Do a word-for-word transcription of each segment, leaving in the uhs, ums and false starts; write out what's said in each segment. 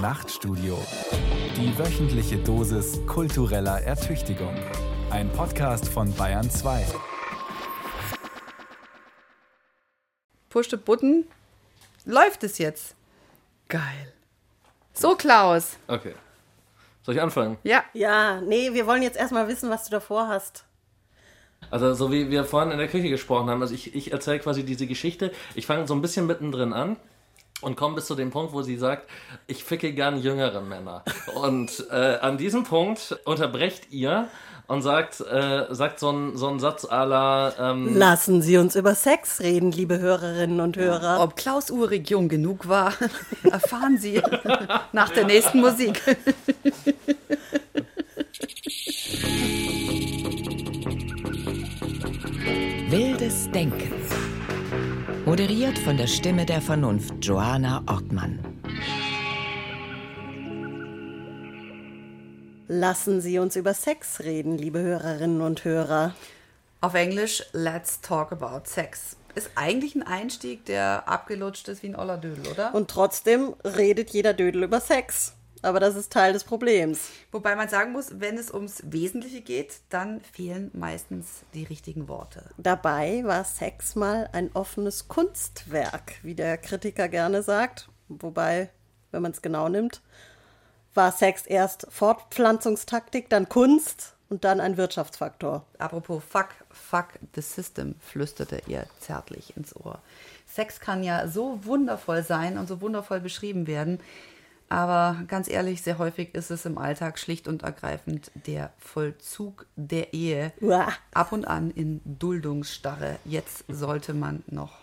Nachtstudio. Die wöchentliche Dosis kultureller Ertüchtigung. Ein Podcast von Bayern zwei. Push the button. Läuft es jetzt? Geil. So, Klaus. Okay. Soll ich anfangen? Ja. Ja, nee, wir wollen jetzt erstmal wissen, was du davor hast. Also so wie wir vorhin in der Küche gesprochen haben, also ich, ich erzähle quasi diese Geschichte, ich fange so ein bisschen mittendrin an und komme bis zu dem Punkt, wo sie sagt, ich ficke gern jüngere Männer. Und äh, an diesem Punkt unterbrecht ihr und sagt, äh, sagt so einen so einen Satz à la... Ähm, Lassen Sie uns über Sex reden, liebe Hörerinnen und Hörer. Ob Klaus Uhrig jung genug war, erfahren Sie nach der nächsten Musik. Wildes Denken. Moderiert von der Stimme der Vernunft, Joanna Ortmann. Lassen Sie uns über Sex reden, liebe Hörerinnen und Hörer. Auf Englisch, let's talk about sex. Ist eigentlich ein Einstieg, der abgelutscht ist wie ein oller Dödel, oder? Und trotzdem redet jeder Dödel über Sex. Aber das ist Teil des Problems. Wobei man sagen muss, wenn es ums Wesentliche geht, dann fehlen meistens die richtigen Worte. Dabei war Sex mal ein offenes Kunstwerk, wie der Kritiker gerne sagt. Wobei, wenn man es genau nimmt, war Sex erst Fortpflanzungstaktik, dann Kunst und dann ein Wirtschaftsfaktor. Apropos fuck, fuck the system, flüsterte ihr zärtlich ins Ohr. Sex kann ja so wundervoll sein und so wundervoll beschrieben werden. Aber ganz ehrlich, sehr häufig ist es im Alltag schlicht und ergreifend der Vollzug der Ehe. Uah. Ab und an in Duldungsstarre. Jetzt sollte man noch.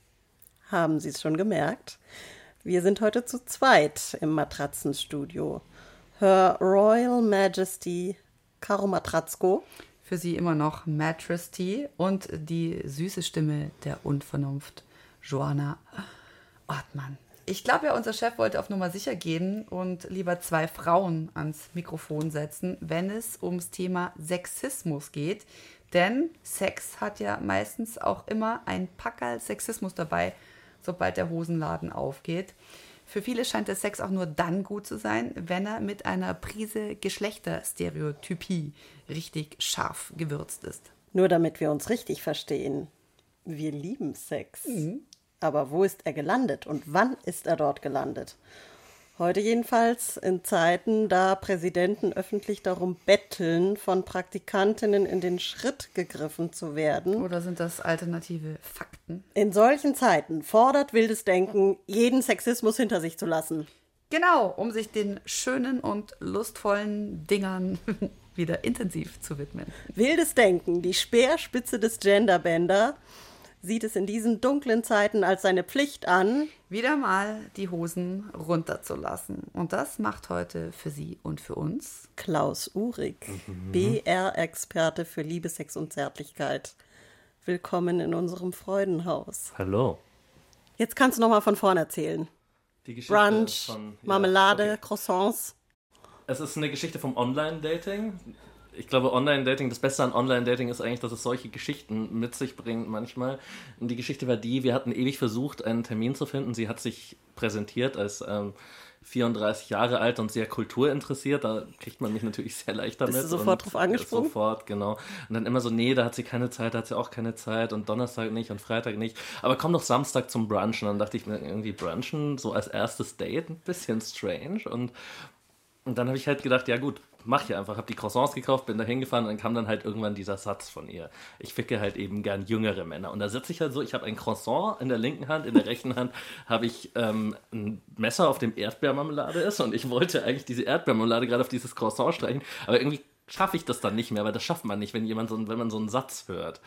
Haben Sie es schon gemerkt? Wir sind heute zu zweit im Matratzenstudio. Her Royal Majesty Karo Matratzko. Für Sie immer noch Mattress Tea und die süße Stimme der Unvernunft, Joanna Ortmann. Ich glaube ja, unser Chef wollte auf Nummer sicher gehen und lieber zwei Frauen ans Mikrofon setzen, wenn es ums Thema Sexismus geht. Denn Sex hat ja meistens auch immer ein Packerl Sexismus dabei, sobald der Hosenladen aufgeht. Für viele scheint der Sex auch nur dann gut zu sein, wenn er mit einer Prise Geschlechterstereotypie richtig scharf gewürzt ist. Nur damit wir uns richtig verstehen. Wir lieben Sex. Mhm. Aber wo ist er gelandet und wann ist er dort gelandet? Heute jedenfalls in Zeiten, da Präsidenten öffentlich darum betteln, von Praktikantinnen in den Schritt gegriffen zu werden. Oder sind das alternative Fakten? In solchen Zeiten fordert wildes Denken, jeden Sexismus hinter sich zu lassen. Genau, um sich den schönen und lustvollen Dingern wieder intensiv zu widmen. Wildes Denken, die Speerspitze des Genderbender, sieht es in diesen dunklen Zeiten als seine Pflicht an, wieder mal die Hosen runterzulassen. Und das macht heute für Sie und für uns Klaus Uhrig, mhm. B R-Experte für Liebe, Sex und Zärtlichkeit. Willkommen in unserem Freudenhaus. Hallo. Jetzt kannst du noch mal von vorne erzählen. Die Geschichte Brunch, von, ja, Marmelade, okay. Croissants. Es ist eine Geschichte vom Online-Dating. Ich glaube, Online-Dating, das Beste an Online-Dating ist eigentlich, dass es solche Geschichten mit sich bringt manchmal. Und die Geschichte war die, wir hatten ewig versucht, einen Termin zu finden. Sie hat sich präsentiert als ähm, vierunddreißig Jahre alt und sehr kulturinteressiert. Da kriegt man mich natürlich sehr leicht damit. Bist du sofort und drauf angesprungen? Sofort, genau. Und dann immer so, nee, da hat sie keine Zeit, da hat sie auch keine Zeit und Donnerstag nicht und Freitag nicht. Aber komm doch Samstag zum Brunchen. Und dann dachte ich mir, irgendwie Brunchen, so als erstes Date, ein bisschen strange. Und, und dann habe ich halt gedacht, ja gut, mach ich einfach. Habe die Croissants gekauft, bin da hingefahren und dann kam dann halt irgendwann dieser Satz von ihr. Ich ficke halt eben gern jüngere Männer. Und da sitze ich halt so, ich habe ein Croissant in der linken Hand, in der rechten Hand habe ich ähm, ein Messer, auf dem Erdbeermarmelade ist und ich wollte eigentlich diese Erdbeermarmelade gerade auf dieses Croissant streichen, aber irgendwie schaffe ich das dann nicht mehr, weil das schafft man nicht, wenn jemand so, wenn man so einen Satz hört.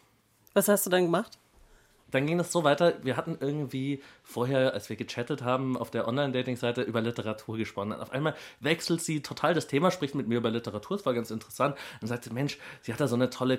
Was hast du dann gemacht? Dann ging das so weiter, wir hatten irgendwie vorher, als wir gechattet haben, auf der Online-Dating-Seite über Literatur gesprochen. Und auf einmal wechselt sie total das Thema, spricht mit mir über Literatur, das war ganz interessant. Und sagte, Mensch, sie hat da so eine tolle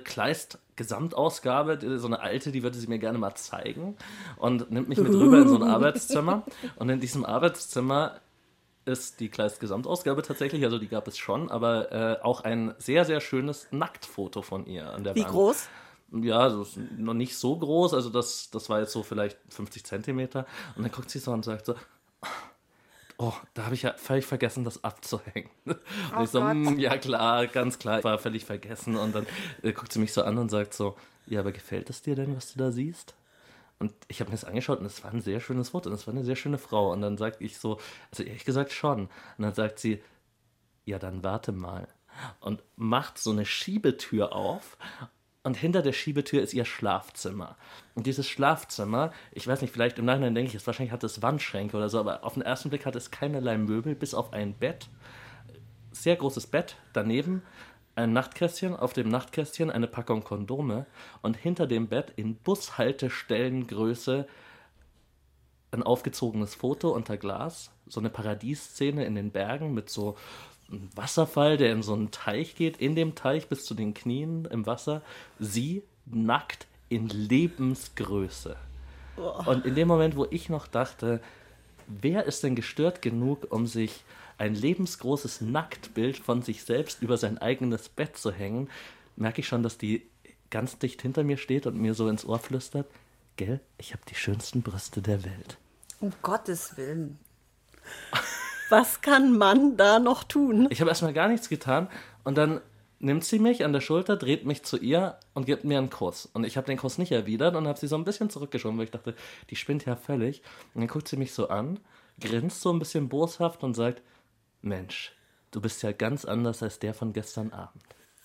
Kleist-Gesamtausgabe, so eine alte, die würde sie mir gerne mal zeigen. Und nimmt mich mit rüber in so ein Arbeitszimmer. Und in diesem Arbeitszimmer ist die Kleist-Gesamtausgabe tatsächlich, also die gab es schon, aber äh, auch ein sehr, sehr schönes Nacktfoto von ihr an der Wie Wand. Wie groß? Ja, das ist noch nicht so groß, also das, das war jetzt so vielleicht fünfzig Zentimeter. Und dann guckt sie so und sagt so, oh, da habe ich ja völlig vergessen, das abzuhängen. Und Oh ich so, Gott. mm, ja klar, ganz klar, ich war völlig vergessen. Und dann äh, guckt sie mich so an und sagt so, ja, aber gefällt es dir denn, was du da siehst? Und ich habe mir das angeschaut und es war ein sehr schönes Foto und es war eine sehr schöne Frau. Und dann sage ich so, also ehrlich gesagt schon. Und dann sagt sie, ja, dann warte mal. Und macht so eine Schiebetür auf. Und hinter der Schiebetür ist ihr Schlafzimmer. Und dieses Schlafzimmer, ich weiß nicht, vielleicht im Nachhinein denke ich, es wahrscheinlich hat es Wandschränke oder so, aber auf den ersten Blick hat es keinerlei Möbel, bis auf ein Bett. Sehr großes Bett, daneben ein Nachtkästchen, auf dem Nachtkästchen eine Packung Kondome und hinter dem Bett in Bushaltestellengröße ein aufgezogenes Foto unter Glas, so eine Paradieszene in den Bergen mit so einem Wasserfall, der in so einen Teich geht, in dem Teich bis zu den Knien im Wasser, sie nackt in Lebensgröße. Und in dem Moment, wo ich noch dachte, wer ist denn gestört genug, um sich ein lebensgroßes Nacktbild von sich selbst über sein eigenes Bett zu hängen, merke ich schon, dass die ganz dicht hinter mir steht und mir so ins Ohr flüstert, gell, ich habe die schönsten Brüste der Welt. Um Gottes Willen. Was kann man da noch tun? Ich habe erstmal gar nichts getan und dann nimmt sie mich an der Schulter, dreht mich zu ihr und gibt mir einen Kuss. Und ich habe den Kuss nicht erwidert und habe sie so ein bisschen zurückgeschoben, weil ich dachte, die spinnt ja völlig. Und dann guckt sie mich so an, grinst so ein bisschen boshaft und sagt, Mensch, du bist ja ganz anders als der von gestern Abend.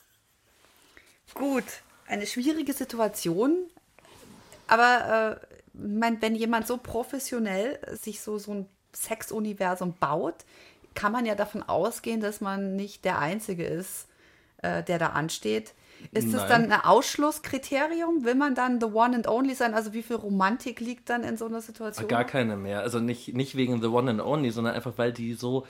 Gut, eine schwierige Situation, aber äh, mein, wenn jemand so professionell sich so, so ein Sexuniversum baut, kann man ja davon ausgehen, dass man nicht der Einzige ist, äh, der da ansteht. Ist das dann ein Ausschlusskriterium? Will man dann the one and only sein? Also wie viel Romantik liegt dann in so einer Situation? Gar keine mehr. Also nicht, nicht wegen the one and only, sondern einfach, weil die so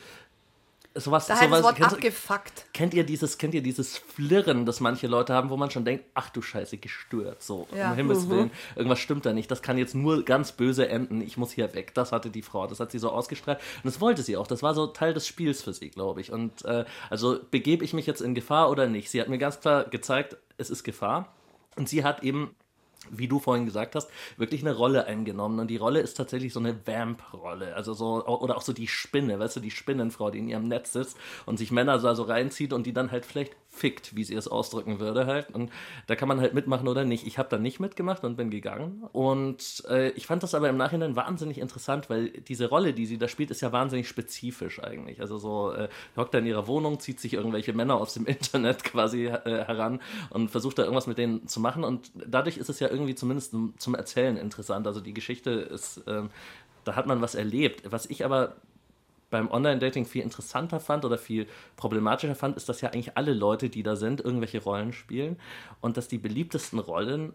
sowas, Da heißt das sowas, Wort kennt, abgefuckt. kennt ihr dieses, kennt ihr dieses Flirren, das manche Leute haben, wo man schon denkt, ach du Scheiße, gestört, so, Ja. um Himmels Willen, irgendwas stimmt da nicht, das kann jetzt nur ganz böse enden, ich muss hier weg, das hatte die Frau, das hat sie so ausgestrahlt und das wollte sie auch, das war so Teil des Spiels für sie, glaube ich, und äh, also begebe ich mich jetzt in Gefahr oder nicht, sie hat mir ganz klar gezeigt, es ist Gefahr und sie hat eben, wie du vorhin gesagt hast, wirklich eine Rolle eingenommen. Und die Rolle ist tatsächlich so eine Vamp-Rolle. Also so, oder auch so die Spinne, weißt du, die Spinnenfrau, die in ihrem Netz sitzt und sich Männer da so reinzieht und die dann halt vielleicht fickt, wie sie es ausdrücken würde halt. Und da kann man halt mitmachen oder nicht. Ich habe da nicht mitgemacht und bin gegangen. Und äh, ich fand das aber im Nachhinein wahnsinnig interessant, weil diese Rolle, die sie da spielt, ist ja wahnsinnig spezifisch eigentlich. Also so, äh, hockt da in ihrer Wohnung, zieht sich irgendwelche Männer aus dem Internet quasi äh, heran und versucht da irgendwas mit denen zu machen. Und dadurch ist es ja irgendwie zumindest zum Erzählen interessant. Also die Geschichte ist, ähm, da hat man was erlebt. Was ich aber beim Online-Dating viel interessanter fand oder viel problematischer fand, ist, dass ja eigentlich alle Leute, die da sind, irgendwelche Rollen spielen und dass die beliebtesten Rollen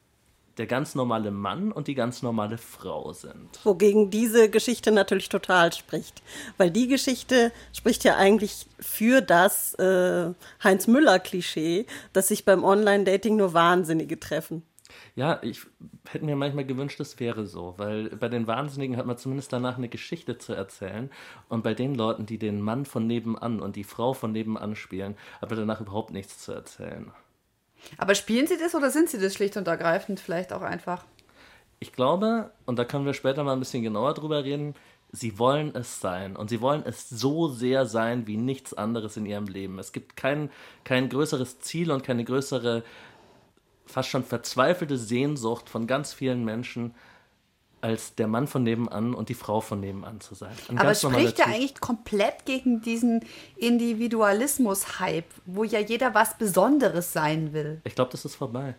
der ganz normale Mann und die ganz normale Frau sind. Wogegen diese Geschichte natürlich total spricht. Weil die Geschichte spricht ja eigentlich für das äh, Heinz-Müller-Klischee, dass sich beim Online-Dating nur Wahnsinnige treffen. Ja, ich hätte mir manchmal gewünscht, es wäre so, weil bei den Wahnsinnigen hat man zumindest danach eine Geschichte zu erzählen und bei den Leuten, die den Mann von nebenan und die Frau von nebenan spielen, hat man danach überhaupt nichts zu erzählen. Aber spielen sie das oder sind sie das schlicht und ergreifend vielleicht auch einfach? Ich glaube, und da können wir später mal ein bisschen genauer drüber reden, sie wollen es sein und sie wollen es so sehr sein wie nichts anderes in ihrem Leben. Es gibt kein, kein größeres Ziel und keine größere fast schon verzweifelte Sehnsucht von ganz vielen Menschen, als der Mann von nebenan und die Frau von nebenan zu sein. Ein Aber es spricht ja Typ. eigentlich komplett gegen diesen Individualismus-Hype, wo ja jeder was Besonderes sein will. Ich glaube, das ist vorbei.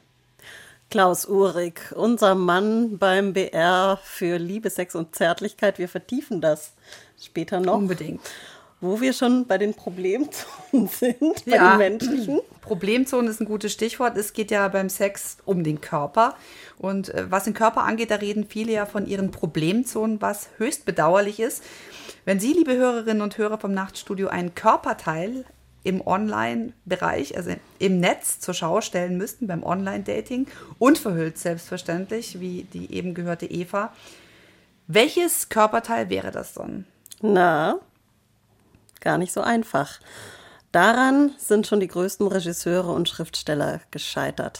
Klaus Uhrig, unser Mann beim B R für Liebe, Sex und Zärtlichkeit. Wir vertiefen das später noch. Unbedingt. Wo wir schon bei den Problemzonen sind, bei Ja. den menschlichen. Problemzone ist ein gutes Stichwort. Es geht ja beim Sex um den Körper. Und äh, was den Körper angeht, da reden viele ja von ihren Problemzonen, was höchst bedauerlich ist. Wenn Sie, liebe Hörerinnen und Hörer vom Nachtstudio, einen Körperteil im Online-Bereich, also im Netz zur Schau stellen müssten, beim Online-Dating, unverhüllt selbstverständlich, wie die eben gehörte Eva, welches Körperteil wäre das dann? Na, gar nicht so einfach. Daran sind schon die größten Regisseure und Schriftsteller gescheitert.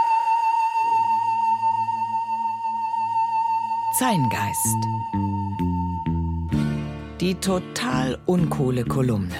Zeitgeist. Die total uncoole Kolumne.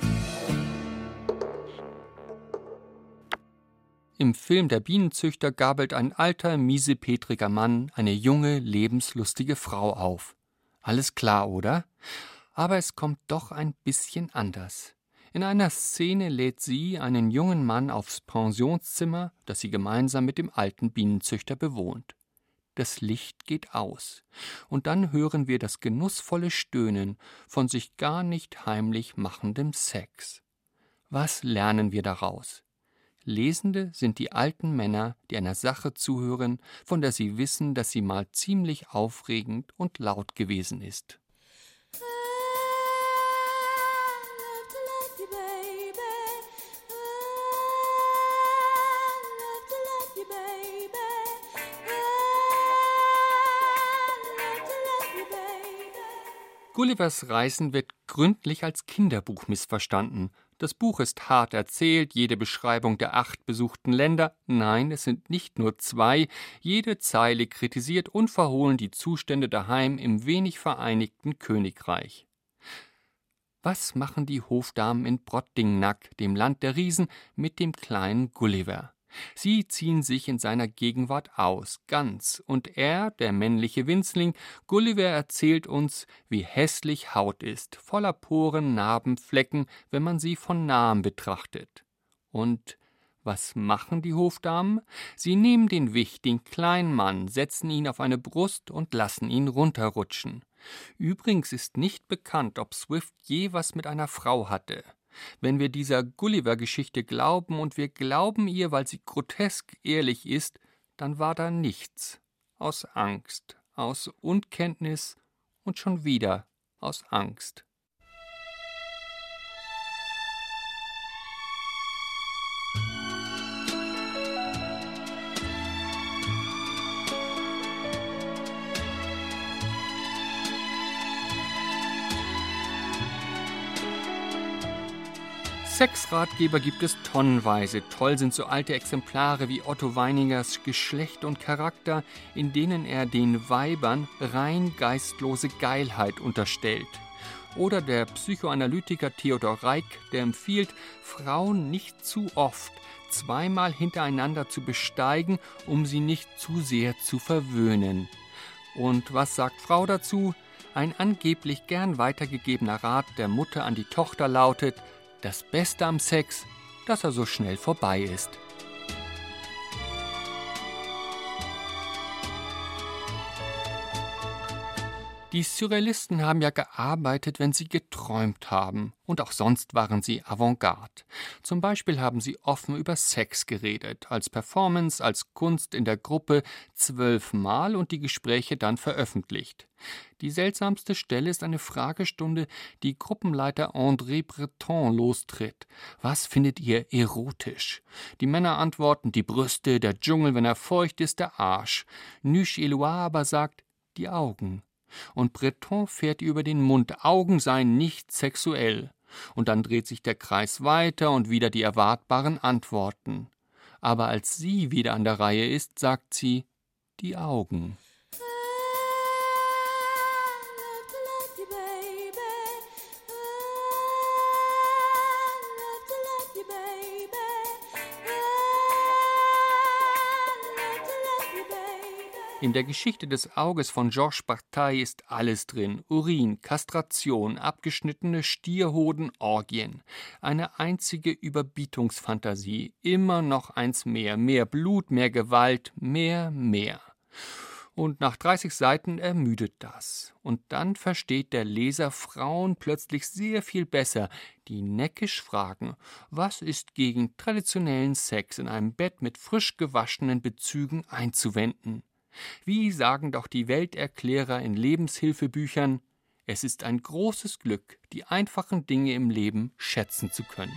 Im Film Der Bienenzüchter gabelt ein alter, miesepetriger Mann eine junge, lebenslustige Frau auf. Alles klar, oder? Aber es kommt doch ein bisschen anders. In einer Szene lädt sie einen jungen Mann aufs Pensionszimmer, das sie gemeinsam mit dem alten Bienenzüchter bewohnt. Das Licht geht aus, und dann hören wir das genussvolle Stöhnen von sich gar nicht heimlich machendem Sex. Was lernen wir daraus? Lesende sind die alten Männer, die einer Sache zuhören, von der sie wissen, dass sie mal ziemlich aufregend und laut gewesen ist. Gullivers Reisen wird gründlich als Kinderbuch missverstanden. Das Buch ist hart erzählt, jede Beschreibung der acht besuchten Länder, nein, es sind nicht nur zwei, jede Zeile kritisiert unverhohlen die Zustände daheim im wenig vereinigten Königreich. Was machen die Hofdamen in Brobdingnag, dem Land der Riesen, mit dem kleinen Gulliver? Sie ziehen sich in seiner Gegenwart aus, ganz, und er, der männliche Winzling, Gulliver, erzählt uns, wie hässlich Haut ist, voller Poren, Narben, Flecken, wenn man sie von nahem betrachtet. Und was machen die Hofdamen? Sie nehmen den Wicht, den kleinen Mann, setzen ihn auf eine Brust und lassen ihn runterrutschen. Übrigens ist nicht bekannt, ob Swift je was mit einer Frau hatte. Wenn wir dieser Gulliver-Geschichte glauben, und wir glauben ihr, weil sie grotesk ehrlich ist, dann war da nichts. Aus Angst, aus Unkenntnis und schon wieder aus Angst. Sexratgeber gibt es tonnenweise. Toll sind so alte Exemplare wie Otto Weiningers Geschlecht und Charakter, in denen er den Weibern rein geistlose Geilheit unterstellt. Oder der Psychoanalytiker Theodor Reik, der empfiehlt, Frauen nicht zu oft, zweimal hintereinander zu besteigen, um sie nicht zu sehr zu verwöhnen. Und was sagt Frau dazu? Ein angeblich gern weitergegebener Rat der Mutter an die Tochter lautet: Das Beste am Sex, dass er so schnell vorbei ist. Die Surrealisten haben ja gearbeitet, wenn sie geträumt haben. Und auch sonst waren sie Avantgarde. Zum Beispiel haben sie offen über Sex geredet, als Performance, als Kunst in der Gruppe, zwölfmal und die Gespräche dann veröffentlicht. Die seltsamste Stelle ist eine Fragestunde, die Gruppenleiter André Breton lostritt. Was findet ihr erotisch? Die Männer antworten, die Brüste, der Dschungel, wenn er feucht ist, der Arsch. Nuche Eloy aber sagt, die Augen. Und Breton fährt über den Mund, Augen seien nicht sexuell. Und dann dreht sich der Kreis weiter und wieder die erwartbaren Antworten. Aber als sie wieder an der Reihe ist, sagt sie, die Augen. In der Geschichte des Auges von Georges Bataille ist alles drin. Urin, Kastration, abgeschnittene Stierhoden, Orgien. Eine einzige Überbietungsfantasie. Immer noch eins mehr. Mehr Blut, mehr Gewalt, mehr, mehr. Und nach dreißig Seiten ermüdet das. Und dann versteht der Leser Frauen plötzlich sehr viel besser, die neckisch fragen, was ist gegen traditionellen Sex in einem Bett mit frisch gewaschenen Bezügen einzuwenden? Wie sagen doch die Welterklärer in Lebenshilfebüchern, es ist ein großes Glück, die einfachen Dinge im Leben schätzen zu können.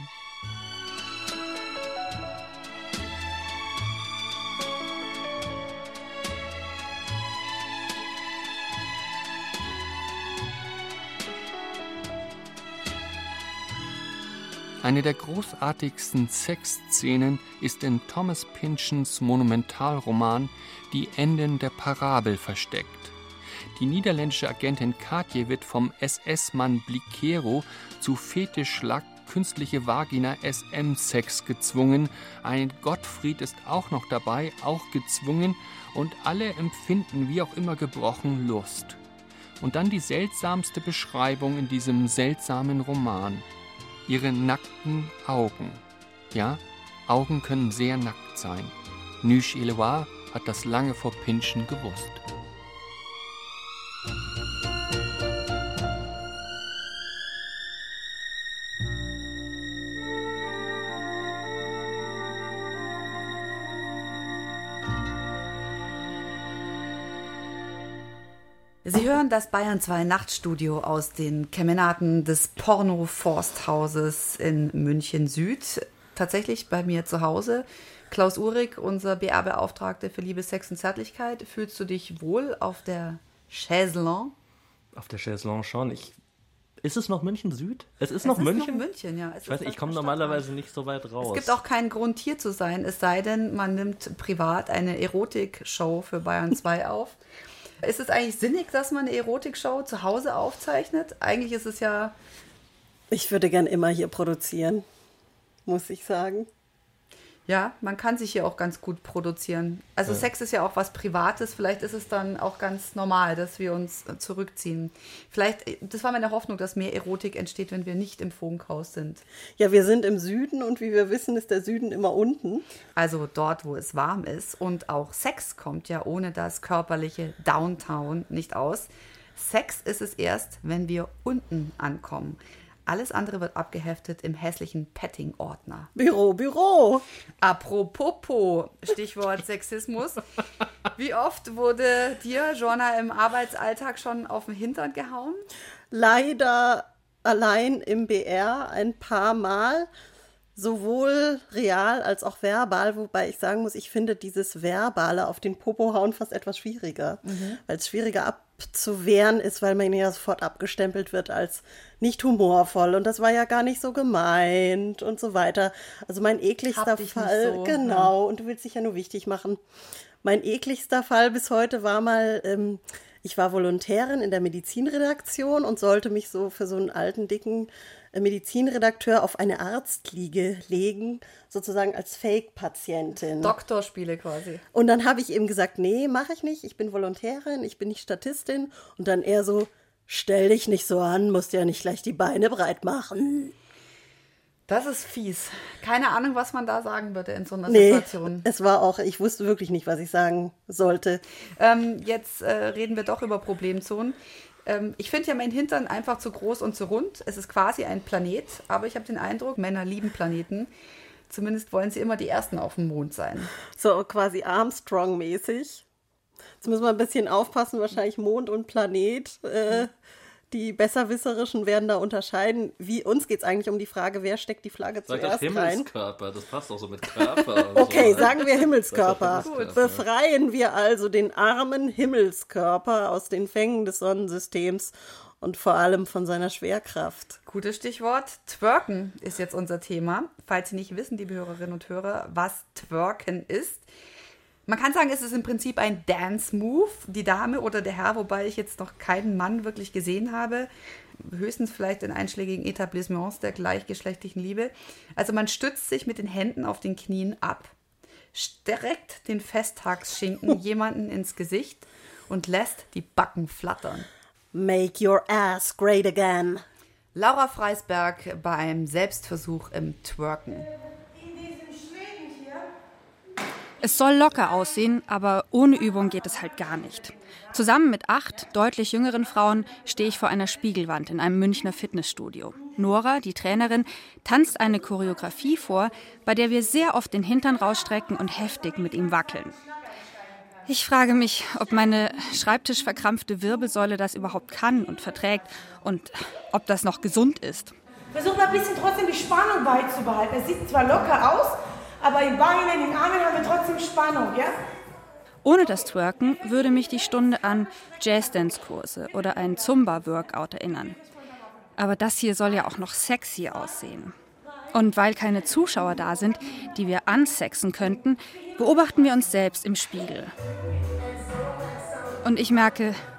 Eine der großartigsten Sexszenen ist in Thomas Pynchons Monumentalroman Die Enden der Parabel versteckt. Die niederländische Agentin Katje wird vom S S-Mann Blikero zu Fetischlack, künstliche Vagina, S M-Sex gezwungen. Ein Gottfried ist auch noch dabei, auch gezwungen. Und alle empfinden, wie auch immer gebrochen, Lust. Und dann die seltsamste Beschreibung in diesem seltsamen Roman. Ihre nackten Augen. Ja, Augen können sehr nackt sein. Nuche Eloire hat das lange vor Pynchon gewusst. Sie hören das Bayern zwei Nachtstudio aus den Kemenaten des Porno-Forsthauses in München Süd. Tatsächlich bei mir zu Hause. Klaus Uhrig, unser B R-Beauftragte für Liebe, Sex und Zärtlichkeit. Fühlst du dich wohl auf der Chaiselongue? Auf der Chaiselongue schon. Ich, ist es noch München Süd? Es ist es noch ist München? Noch München, ja. Es ich weiß nicht, ich komme normalerweise nicht so weit raus. Es gibt auch keinen Grund, hier zu sein, es sei denn, man nimmt privat eine Erotik-Show für Bayern zwei auf. Ist es eigentlich sinnig, dass man eine Erotik-Show zu Hause aufzeichnet? Eigentlich ist es ja... Ich würde gern immer hier produzieren, muss ich sagen. Ja, man kann sich hier auch ganz gut produzieren. Also ja. Sex ist ja auch was Privates. Vielleicht ist es dann auch ganz normal, dass wir uns zurückziehen. Vielleicht, das war meine Hoffnung, dass mehr Erotik entsteht, wenn wir nicht im Funkhaus sind. Ja, wir sind im Süden und wie wir wissen, ist der Süden immer unten. Also dort, wo es warm ist. Und auch Sex kommt ja ohne das körperliche Downtown nicht aus. Sex ist es erst, wenn wir unten ankommen. Alles andere wird abgeheftet im hässlichen Petting-Ordner. Büro, Büro. Apropos, Stichwort Sexismus. Wie oft wurde dir, Joanna, im Arbeitsalltag schon auf den Hintern gehauen? Leider allein im B R ein paar Mal. Sowohl real als auch verbal, wobei ich sagen muss, ich finde dieses Verbale auf den Popo hauen fast etwas schwieriger, mhm. weil es schwieriger abzuwehren ist, weil man ja sofort abgestempelt wird als nicht humorvoll und das war ja gar nicht so gemeint und so weiter. Also mein ekligster Fall, so, genau, ja. Und du willst dich ja nur wichtig machen. Mein ekligster Fall bis heute war mal, ähm, ich war Volontärin in der Medizinredaktion und sollte mich so für so einen alten, dicken Medizinredakteur auf eine Arztliege legen, sozusagen als Fake-Patientin. Doktorspiele quasi. Und dann habe ich eben gesagt, nee, mache ich nicht, ich bin Volontärin, ich bin nicht Statistin. Und dann eher so, stell dich nicht so an, musst ja nicht gleich die Beine breit machen. Das ist fies. Keine Ahnung, was man da sagen würde in so einer nee, Situation. Es war auch, ich wusste wirklich nicht, was ich sagen sollte. Ähm, jetzt äh, reden wir doch über Problemzonen. Ähm, ich finde ja mein Hintern einfach zu groß und zu rund. Es ist quasi ein Planet, aber ich habe den Eindruck, Männer lieben Planeten. Zumindest wollen sie immer die Ersten auf dem Mond sein. So quasi Armstrong-mäßig. Jetzt müssen wir ein bisschen aufpassen, wahrscheinlich Mond und Planet. Äh, die Besserwisserischen werden da unterscheiden. Wie, uns geht es eigentlich um die Frage, wer steckt die Flagge Sag zuerst doch rein? Himmelskörper, das passt auch so mit Körper. Und okay, so. Sagen wir Himmelskörper. Himmelskörper. Befreien wir also den armen Himmelskörper aus den Fängen des Sonnensystems und vor allem von seiner Schwerkraft. Gutes Stichwort. Twerken ist jetzt unser Thema. Falls Sie nicht wissen, liebe Hörerinnen und Hörer, was Twerken ist. Man kann sagen, es ist im Prinzip ein Dance-Move, die Dame oder der Herr, wobei ich jetzt noch keinen Mann wirklich gesehen habe. Höchstens vielleicht in einschlägigen Etablissements der gleichgeschlechtlichen Liebe. Also man stützt sich mit den Händen auf den Knien ab, streckt den Festtagsschinken jemanden ins Gesicht und lässt die Backen flattern. Make your ass great again. Laura Freisberg bei einem Selbstversuch im Twerken. Es soll locker aussehen, aber ohne Übung geht es halt gar nicht. Zusammen mit acht deutlich jüngeren Frauen stehe ich vor einer Spiegelwand in einem Münchner Fitnessstudio. Nora, die Trainerin, tanzt eine Choreografie vor, bei der wir sehr oft den Hintern rausstrecken und heftig mit ihm wackeln. Ich frage mich, ob meine schreibtischverkrampfte Wirbelsäule das überhaupt kann und verträgt und ob das noch gesund ist. Versuch mal ein bisschen trotzdem die Spannung beizubehalten. Es sieht zwar locker aus, aber in Beinen, in den Armen haben wir trotzdem Spannung, ja? Ohne das Twerken würde mich die Stunde an Jazzdance-Kurse oder ein Zumba-Workout erinnern. Aber das hier soll ja auch noch sexy aussehen. Und weil keine Zuschauer da sind, die wir ansexen könnten, beobachten wir uns selbst im Spiegel. Und ich merke,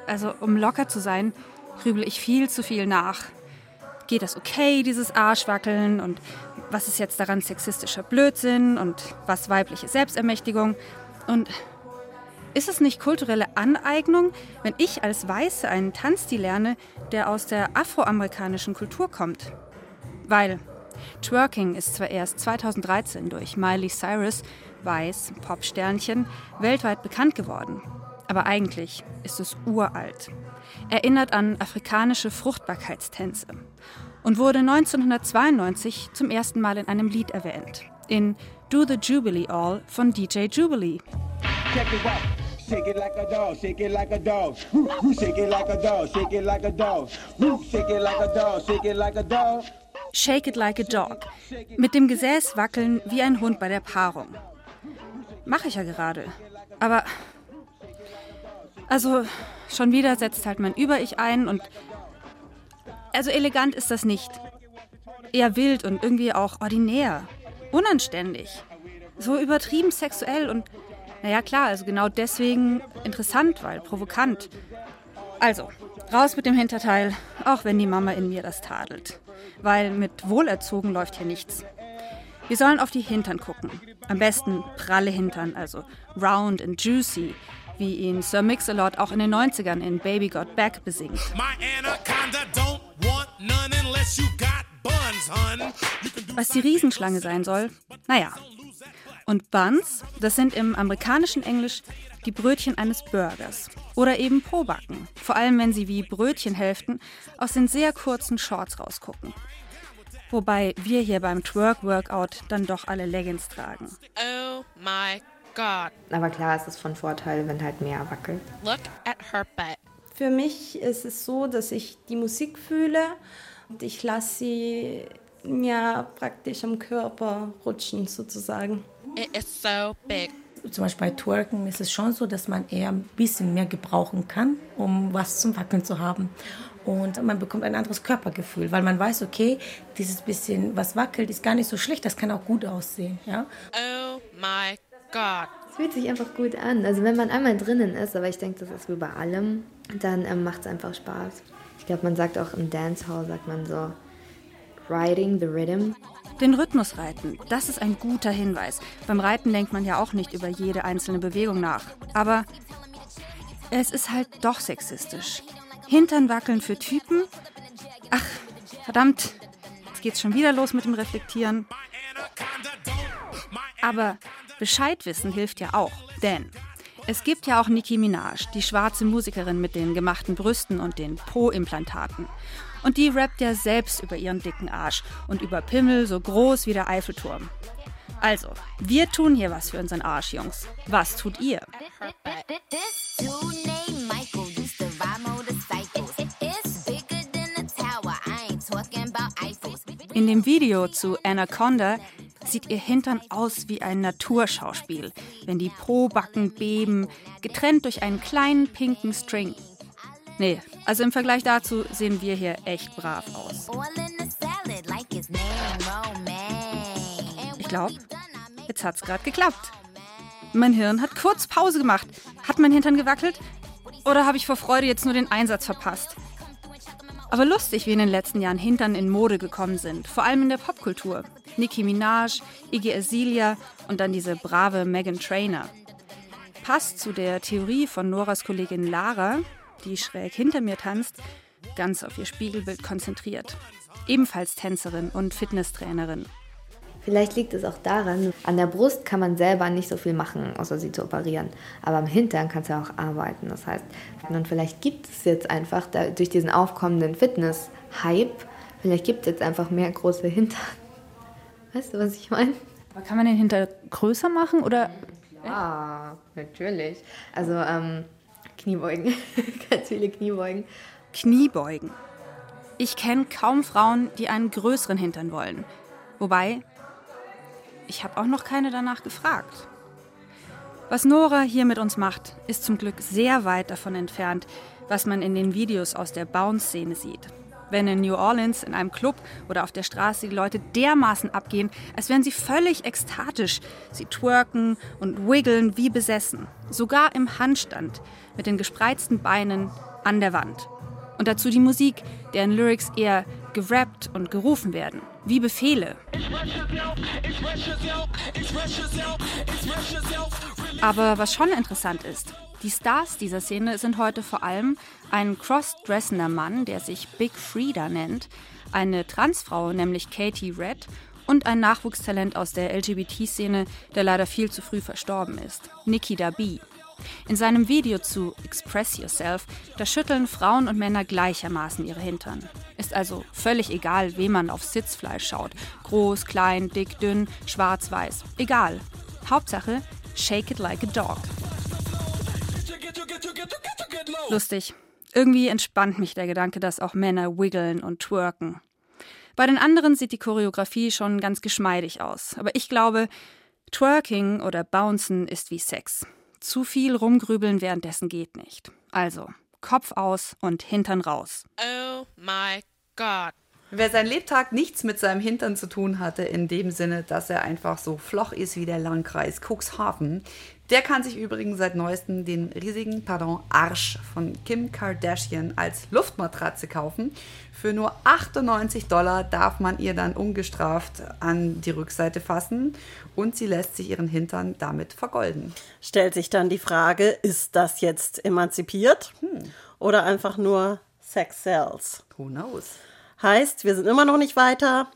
also um locker zu sein, grübel ich viel zu viel nach. Geht das okay, dieses Arschwackeln? Und was ist jetzt daran sexistischer Blödsinn? Und was weibliche Selbstermächtigung? Und ist es nicht kulturelle Aneignung, wenn ich als Weiße einen Tanzstil lerne, der aus der afroamerikanischen Kultur kommt? Weil Twerking ist zwar erst zweitausenddreizehn durch Miley Cyrus, weiß, Popsternchen, weltweit bekannt geworden. Aber eigentlich ist es uralt. Erinnert an afrikanische Fruchtbarkeitstänze und wurde neunzehnhundertzweiundneunzig zum ersten Mal in einem Lied erwähnt. In Do the Jubilee All von D J Jubilee. Shake it like a dog, shake it like a dog. Woo, shake it like a dog, shake it like a dog. Woo, shake it like a dog, shake it like a dog. Shake it like a dog. Mit dem Gesäß wackeln wie ein Hund bei der Paarung. Mache ich ja gerade. Aber, also, schon wieder setzt halt mein Über-Ich ein und, also elegant ist das nicht. Eher wild und irgendwie auch ordinär. Unanständig. So übertrieben sexuell und, naja klar, also genau deswegen interessant, weil provokant. Also, raus mit dem Hinterteil, auch wenn die Mama in mir das tadelt. Weil mit wohlerzogen läuft hier nichts. Wir sollen auf die Hintern gucken. Am besten pralle Hintern, also round and juicy, wie ihn Sir Mix-a-Lot auch in den neunzigern in Baby Got Back besingt. Was die Riesenschlange sein soll, naja. Und Buns, das sind im amerikanischen Englisch die Brötchen eines Burgers. Oder eben Pobacken, vor allem wenn sie wie Brötchenhälften aus den sehr kurzen Shorts rausgucken. Wobei wir hier beim Twerk-Workout dann doch alle Leggings tragen. Oh my God. Aber klar, es ist von Vorteil, wenn halt mehr wackelt. Look at her butt. Für mich ist es so, dass ich die Musik fühle und ich lasse sie ja praktisch am Körper rutschen sozusagen. It is so big. Zum Beispiel bei Twerken ist es schon so, dass man eher ein bisschen mehr gebrauchen kann, um was zum Wackeln zu haben. Und man bekommt ein anderes Körpergefühl, weil man weiß, okay, dieses bisschen, was wackelt, ist gar nicht so schlecht, das kann auch gut aussehen. Ja? Oh my God. Es fühlt sich einfach gut an. Also wenn man einmal drinnen ist, aber ich denke, das ist wie bei allem, dann ähm, macht es einfach Spaß. Ich glaube, man sagt auch im Dancehall, sagt man so, riding the rhythm. Den Rhythmus reiten, das ist ein guter Hinweis. Beim Reiten denkt man ja auch nicht über jede einzelne Bewegung nach. Aber es ist halt doch sexistisch. Hintern wackeln für Typen? Ach, verdammt, jetzt geht's schon wieder los mit dem Reflektieren. Aber Bescheid wissen hilft ja auch, denn es gibt ja auch Nicki Minaj, die schwarze Musikerin mit den gemachten Brüsten und den Po-Implantaten. Und die rappt ja selbst über ihren dicken Arsch und über Pimmel so groß wie der Eiffelturm. Also, wir tun hier was für unseren Arsch, Jungs. Was tut ihr? In dem Video zu Anaconda sieht ihr Hintern aus wie ein Naturschauspiel, wenn die Po-Backen beben, getrennt durch einen kleinen pinken String. Nee, also im Vergleich dazu sehen wir hier echt brav aus. Ich glaube, jetzt hat's gerade geklappt. Mein Hirn hat kurz Pause gemacht. Hat mein Hintern gewackelt? Oder habe ich vor Freude jetzt nur den Einsatz verpasst? Aber lustig, wie in den letzten Jahren Hintern in Mode gekommen sind. Vor allem in der Popkultur. Nicki Minaj, Iggy Azalea und dann diese brave Meghan Trainor. Passt zu der Theorie von Noras Kollegin Lara, die schräg hinter mir tanzt, ganz auf ihr Spiegelbild konzentriert. Ebenfalls Tänzerin und Fitnesstrainerin. Vielleicht liegt es auch daran, an der Brust kann man selber nicht so viel machen, außer sie zu operieren. Aber am Hintern kannst du ja auch arbeiten. Das heißt, und vielleicht gibt es jetzt einfach da, durch diesen aufkommenden Fitness-Hype, vielleicht gibt es jetzt einfach mehr große Hintern. Weißt du, was ich meine? Aber kann man den Hintern größer machen, oder? Ja, natürlich. Also, ähm, Kniebeugen. Ganz viele Kniebeugen. Kniebeugen. Ich kenne kaum Frauen, die einen größeren Hintern wollen. Wobei, ich habe auch noch keine danach gefragt. Was Nora hier mit uns macht, ist zum Glück sehr weit davon entfernt, was man in den Videos aus der Bounce-Szene sieht. Wenn in New Orleans in einem Club oder auf der Straße die Leute dermaßen abgehen, als wären sie völlig ekstatisch. Sie twerken und wiggeln wie besessen. Sogar im Handstand, mit den gespreizten Beinen, an der Wand. Und dazu die Musik, deren Lyrics eher gerappt und gerufen werden, wie Befehle. Aber was schon interessant ist, die Stars dieser Szene sind heute vor allem ein crossdressender Mann, der sich Big Freedia nennt, eine Transfrau, nämlich Katie Red, und ein Nachwuchstalent aus der L G B T-Szene, der leider viel zu früh verstorben ist, Nikki Dabi. In seinem Video zu Express Yourself, da schütteln Frauen und Männer gleichermaßen ihre Hintern. Ist also völlig egal, wem man auf Sitzfleisch schaut. Groß, klein, dick, dünn, schwarz, weiß. Egal. Hauptsache, shake it like a dog. Lustig. Irgendwie entspannt mich der Gedanke, dass auch Männer wiggeln und twerken. Bei den anderen sieht die Choreografie schon ganz geschmeidig aus. Aber ich glaube, Twerking oder Bouncen ist wie Sex. Zu viel rumgrübeln währenddessen geht nicht. Also, Kopf aus und Hintern raus. Oh my God. Wer sein Lebtag nichts mit seinem Hintern zu tun hatte, in dem Sinne, dass er einfach so floch ist wie der Landkreis Cuxhaven, der kann sich übrigens seit neuestem den riesigen, pardon, Arsch von Kim Kardashian als Luftmatratze kaufen. Für nur achtundneunzig Dollar darf man ihr dann ungestraft an die Rückseite fassen und sie lässt sich ihren Hintern damit vergolden. Stellt sich dann die Frage, ist das jetzt emanzipiert hm. oder einfach nur Sex sells? Who knows? Heißt, wir sind immer noch nicht weiter.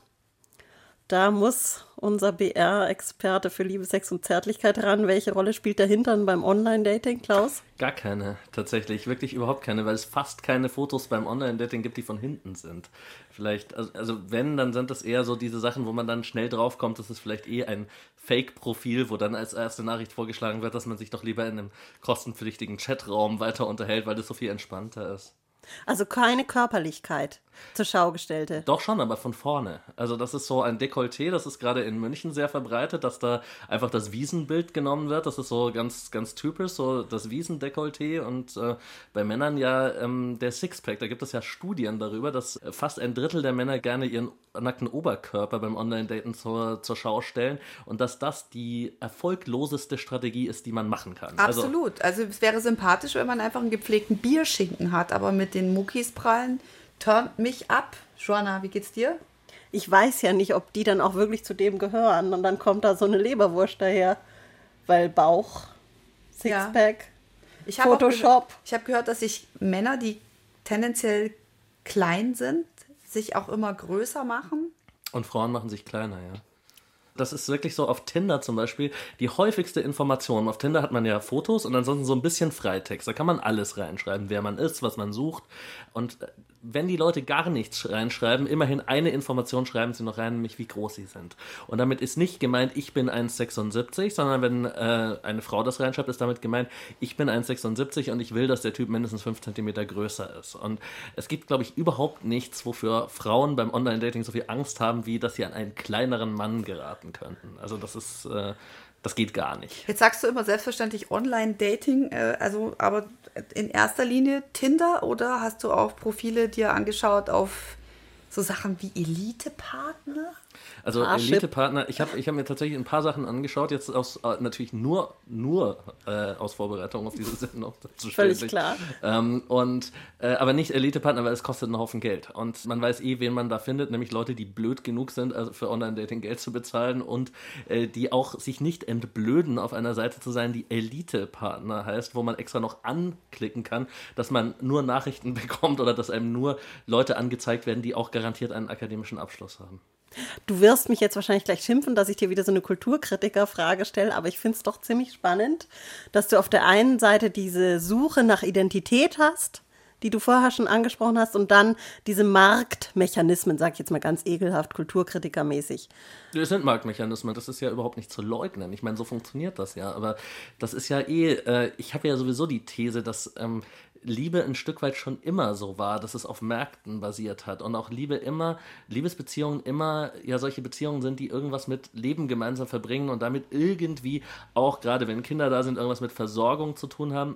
Da muss unser B R-Experte für Liebe, Sex und Zärtlichkeit ran. Welche Rolle spielt der Hintern beim Online-Dating, Klaus? Gar keine, tatsächlich. Wirklich überhaupt keine, weil es fast keine Fotos beim Online-Dating gibt, die von hinten sind. Vielleicht, also, also wenn, dann sind das eher so diese Sachen, wo man dann schnell draufkommt, das ist vielleicht eh ein Fake-Profil, wo dann als erste Nachricht vorgeschlagen wird, dass man sich doch lieber in einem kostenpflichtigen Chatraum weiter unterhält, weil das so viel entspannter ist. Also keine Körperlichkeit zur Schau gestellte. Doch schon, aber von vorne. Also das ist so ein Dekolleté, das ist gerade in München sehr verbreitet, dass da einfach das Wiesenbild genommen wird. Das ist so ganz, ganz typisch, so das Wiesendekolleté. Und äh, bei Männern ja ähm, der Sixpack. Da gibt es ja Studien darüber, dass fast ein Drittel der Männer gerne ihren nackten Oberkörper beim Online-Daten zur, zur Schau stellen. Und dass das die erfolgloseste Strategie ist, die man machen kann. Absolut. Also, also es wäre sympathisch, wenn man einfach einen gepflegten Bierschinken hat, aber mit den Muckis prallen turnt mich ab. Joanna, wie geht's dir? Ich weiß ja nicht, ob die dann auch wirklich zu dem gehören. Und dann kommt da so eine Leberwurst daher. Weil Bauch, Sixpack, ja. ich hab Photoshop. Ge- ich habe gehört, dass sich Männer, die tendenziell klein sind, sich auch immer größer machen. Und Frauen machen sich kleiner, ja. Das ist wirklich so auf Tinder zum Beispiel die häufigste Information. Auf Tinder hat man ja Fotos und ansonsten so ein bisschen Freitext. Da kann man alles reinschreiben, wer man ist, was man sucht. Und wenn die Leute gar nichts reinschreiben, immerhin eine Information schreiben sie noch rein, nämlich wie groß sie sind. Und damit ist nicht gemeint, ich bin eins Komma sechsundsiebzig, sondern wenn äh, eine Frau das reinschreibt, ist damit gemeint, ich bin eins Komma sechsundsiebzig und ich will, dass der Typ mindestens fünf Zentimeter größer ist. Und es gibt, glaube ich, überhaupt nichts, wofür Frauen beim Online-Dating so viel Angst haben, wie dass sie an einen kleineren Mann geraten könnten. Also das ist... Äh, Das geht gar nicht. Jetzt sagst du immer selbstverständlich Online-Dating, äh, also aber in erster Linie Tinder oder hast du auch Profile dir angeschaut auf so Sachen wie Elite-Partner? Also Elite-Partner, ich habe ich hab mir tatsächlich ein paar Sachen angeschaut, jetzt aus, äh, natürlich nur, nur äh, aus Vorbereitung auf diese Sendung. Völlig klar. Ähm, und, äh, aber nicht Elite-Partner, weil es kostet einen Haufen Geld. Und man weiß eh, wen man da findet, nämlich Leute, die blöd genug sind, also für Online-Dating Geld zu bezahlen und äh, die auch sich nicht entblöden, auf einer Seite zu sein, die Elite-Partner heißt, wo man extra noch anklicken kann, dass man nur Nachrichten bekommt oder dass einem nur Leute angezeigt werden, die auch garantiert einen akademischen Abschluss haben. Du wirst mich jetzt wahrscheinlich gleich schimpfen, dass ich dir wieder so eine Kulturkritiker-Frage stelle, aber ich finde es doch ziemlich spannend, dass du auf der einen Seite diese Suche nach Identität hast, die du vorher schon angesprochen hast, und dann diese Marktmechanismen, sag ich jetzt mal ganz ekelhaft, kulturkritikermäßig. Das sind Marktmechanismen, das ist ja überhaupt nicht zu leugnen. Ich meine, so funktioniert das ja, aber das ist ja eh, äh, ich habe ja sowieso die These, dass ähm, Liebe ein Stück weit schon immer so war, dass es auf Märkten basiert hat und auch Liebe immer, Liebesbeziehungen immer ja solche Beziehungen sind, die irgendwas mit Leben gemeinsam verbringen und damit irgendwie auch, gerade wenn Kinder da sind, irgendwas mit Versorgung zu tun haben.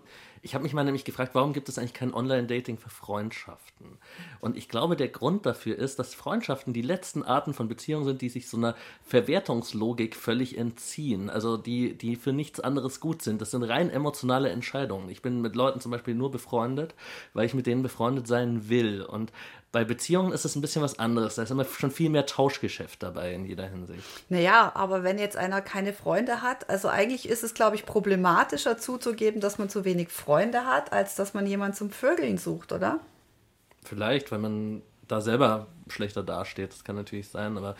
Ich habe mich mal nämlich gefragt, warum gibt es eigentlich kein Online-Dating für Freundschaften? Und ich glaube, der Grund dafür ist, dass Freundschaften die letzten Arten von Beziehungen sind, die sich so einer Verwertungslogik völlig entziehen. Also die, die für nichts anderes gut sind. Das sind rein emotionale Entscheidungen. Ich bin mit Leuten zum Beispiel nur befreundet, weil ich mit denen befreundet sein will. Und bei Beziehungen ist es ein bisschen was anderes. Da ist immer schon viel mehr Tauschgeschäft dabei in jeder Hinsicht. Naja, aber wenn jetzt einer keine Freunde hat, also eigentlich ist es, glaube ich, problematischer zuzugeben, dass man zu wenig Freunde hat, als dass man jemanden zum Vögeln sucht, oder? Vielleicht, weil man da selber schlechter dasteht. Das kann natürlich sein, aber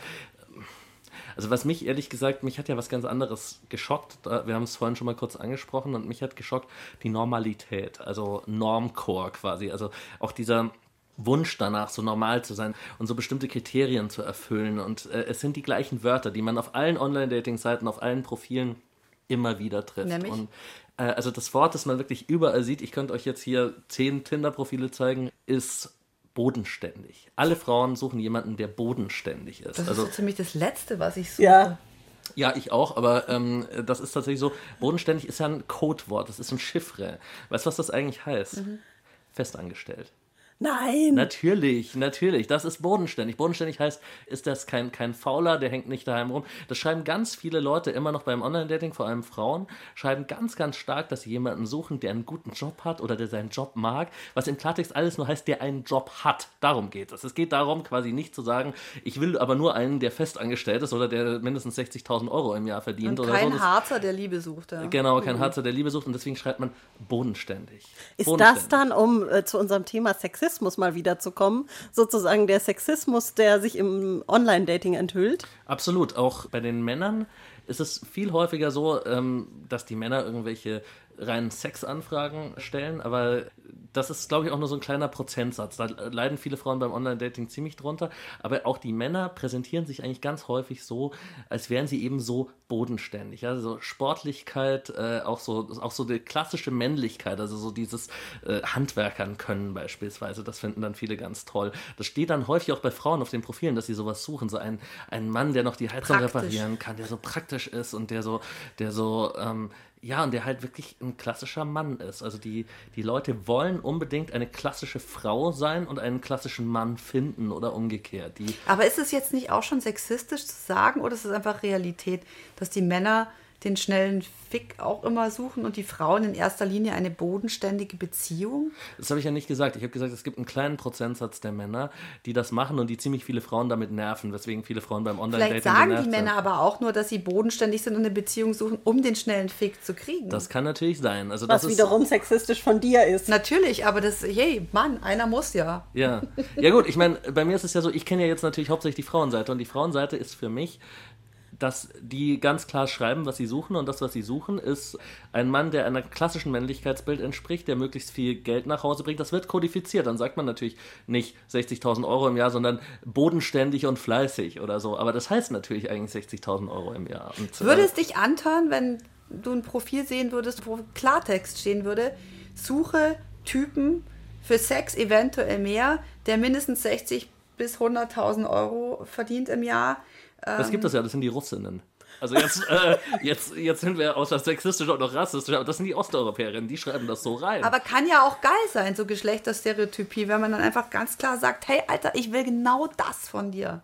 also was mich ehrlich gesagt, mich hat ja was ganz anderes geschockt. Wir haben es vorhin schon mal kurz angesprochen und mich hat geschockt die Normalität, also Normcore quasi. Also auch dieser Wunsch danach, so normal zu sein und so bestimmte Kriterien zu erfüllen. Und äh, es sind die gleichen Wörter, die man auf allen Online-Dating-Seiten, auf allen Profilen immer wieder trifft. Nämlich? Und äh, also das Wort, das man wirklich überall sieht, ich könnte euch jetzt hier zehn Tinder-Profile zeigen, ist bodenständig. Alle Frauen suchen jemanden, der bodenständig ist. Das ist also, so ziemlich das Letzte, was ich suche. Ja. Ja, ich auch, aber ähm, das ist tatsächlich so, bodenständig ist ja ein Codewort, das ist ein Chiffre. Weißt du, was das eigentlich heißt? Mhm. Festangestellt. Nein! Natürlich, natürlich. Das ist bodenständig. Bodenständig heißt, ist das kein, kein Fauler, der hängt nicht daheim rum. Das schreiben ganz viele Leute immer noch beim Online-Dating, vor allem Frauen, schreiben ganz, ganz stark, dass sie jemanden suchen, der einen guten Job hat oder der seinen Job mag, was im Klartext alles nur heißt, der einen Job hat. Darum geht es. Es geht darum, quasi nicht zu sagen, ich will aber nur einen, der festangestellt ist oder der mindestens sechzigtausend Euro im Jahr verdient. Und oder kein so. Harzer, der Liebe sucht. Ja. Genau, kein Harzer, der Liebe sucht und deswegen schreibt man bodenständig. Ist bodenständig. das dann, um äh, zu unserem Thema Sexismus mal wieder zu kommen, sozusagen der Sexismus, der sich im Online-Dating enthüllt? Absolut. Auch bei den Männern ist es viel häufiger so, ähm, dass die Männer irgendwelche reinen Sexanfragen stellen, aber das ist, glaube ich, auch nur so ein kleiner Prozentsatz. Da leiden viele Frauen beim Online-Dating ziemlich drunter, aber auch die Männer präsentieren sich eigentlich ganz häufig so, als wären sie eben so bodenständig. Also Sportlichkeit, äh, auch so auch so die klassische Männlichkeit, also so dieses äh, Handwerkern können beispielsweise, das finden dann viele ganz toll. Das steht dann häufig auch bei Frauen auf den Profilen, dass sie sowas suchen, so ein, ein Mann, der noch die Heizung Praktisch. reparieren kann, der so praktisch ist und der so, der so, ähm, ja, und der halt wirklich ein klassischer Mann ist. Also die, die Leute wollen unbedingt eine klassische Frau sein und einen klassischen Mann finden oder umgekehrt. Die Aber ist es jetzt nicht auch schon sexistisch zu sagen oder ist es einfach Realität, dass die Männer den schnellen Fick auch immer suchen und die Frauen in erster Linie eine bodenständige Beziehung? Das habe ich ja nicht gesagt. Ich habe gesagt, es gibt einen kleinen Prozentsatz der Männer, die das machen und die ziemlich viele Frauen damit nerven, weswegen viele Frauen beim Online-Dating Vielleicht sagen genervt die Männer sind. aber auch nur, dass sie bodenständig sind und eine Beziehung suchen, um den schnellen Fick zu kriegen. Das kann natürlich sein. Also Was das wiederum ist, sexistisch von dir ist. Natürlich, aber das, hey, Mann, einer muss ja. Ja, ja gut, ich meine, bei mir ist es ja so, ich kenne ja jetzt natürlich hauptsächlich die Frauenseite und die Frauenseite ist für mich, dass die ganz klar schreiben, was sie suchen und das, was sie suchen, ist ein Mann, der einer klassischen Männlichkeitsbild entspricht, der möglichst viel Geld nach Hause bringt. Das wird kodifiziert, dann sagt man natürlich nicht sechzigtausend Euro im Jahr, sondern bodenständig und fleißig oder so, aber das heißt natürlich eigentlich sechzigtausend Euro im Jahr. Und, Würde äh, es dich antören, wenn du ein Profil sehen würdest, wo Klartext stehen würde, suche Typen für Sex eventuell mehr, der mindestens sechzig bis hunderttausend Euro verdient im Jahr? Das gibt es ja, das sind die Russinnen. Also jetzt, äh, jetzt, jetzt sind wir außer sexistisch und noch rassistisch, aber das sind die Osteuropäerinnen, die schreiben das so rein. Aber kann ja auch geil sein, so Geschlechterstereotypie, wenn man dann einfach ganz klar sagt, hey Alter, ich will genau das von dir.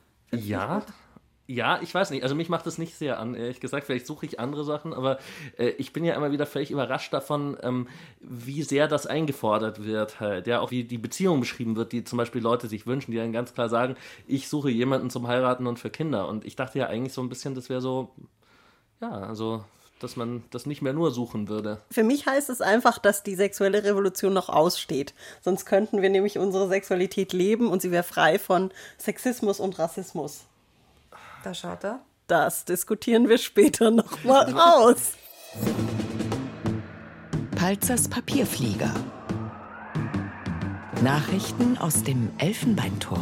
Ja, ja, ich weiß nicht. Also mich macht das nicht sehr an, ehrlich gesagt. Vielleicht suche ich andere Sachen, aber äh, ich bin ja immer wieder völlig überrascht davon, ähm, wie sehr das eingefordert wird halt. Ja, auch wie die Beziehung beschrieben wird, die zum Beispiel Leute sich wünschen, die dann ganz klar sagen, ich suche jemanden zum Heiraten und für Kinder. Und ich dachte ja eigentlich so ein bisschen, das wäre so, ja, also dass man das nicht mehr nur suchen würde. Für mich heißt es einfach, dass die sexuelle Revolution noch aussteht. Sonst könnten wir nämlich unsere Sexualität leben und sie wäre frei von Sexismus und Rassismus. Da schaut er. Das diskutieren wir später noch mal aus. Palzers Papierflieger. Nachrichten aus dem Elfenbeinturm.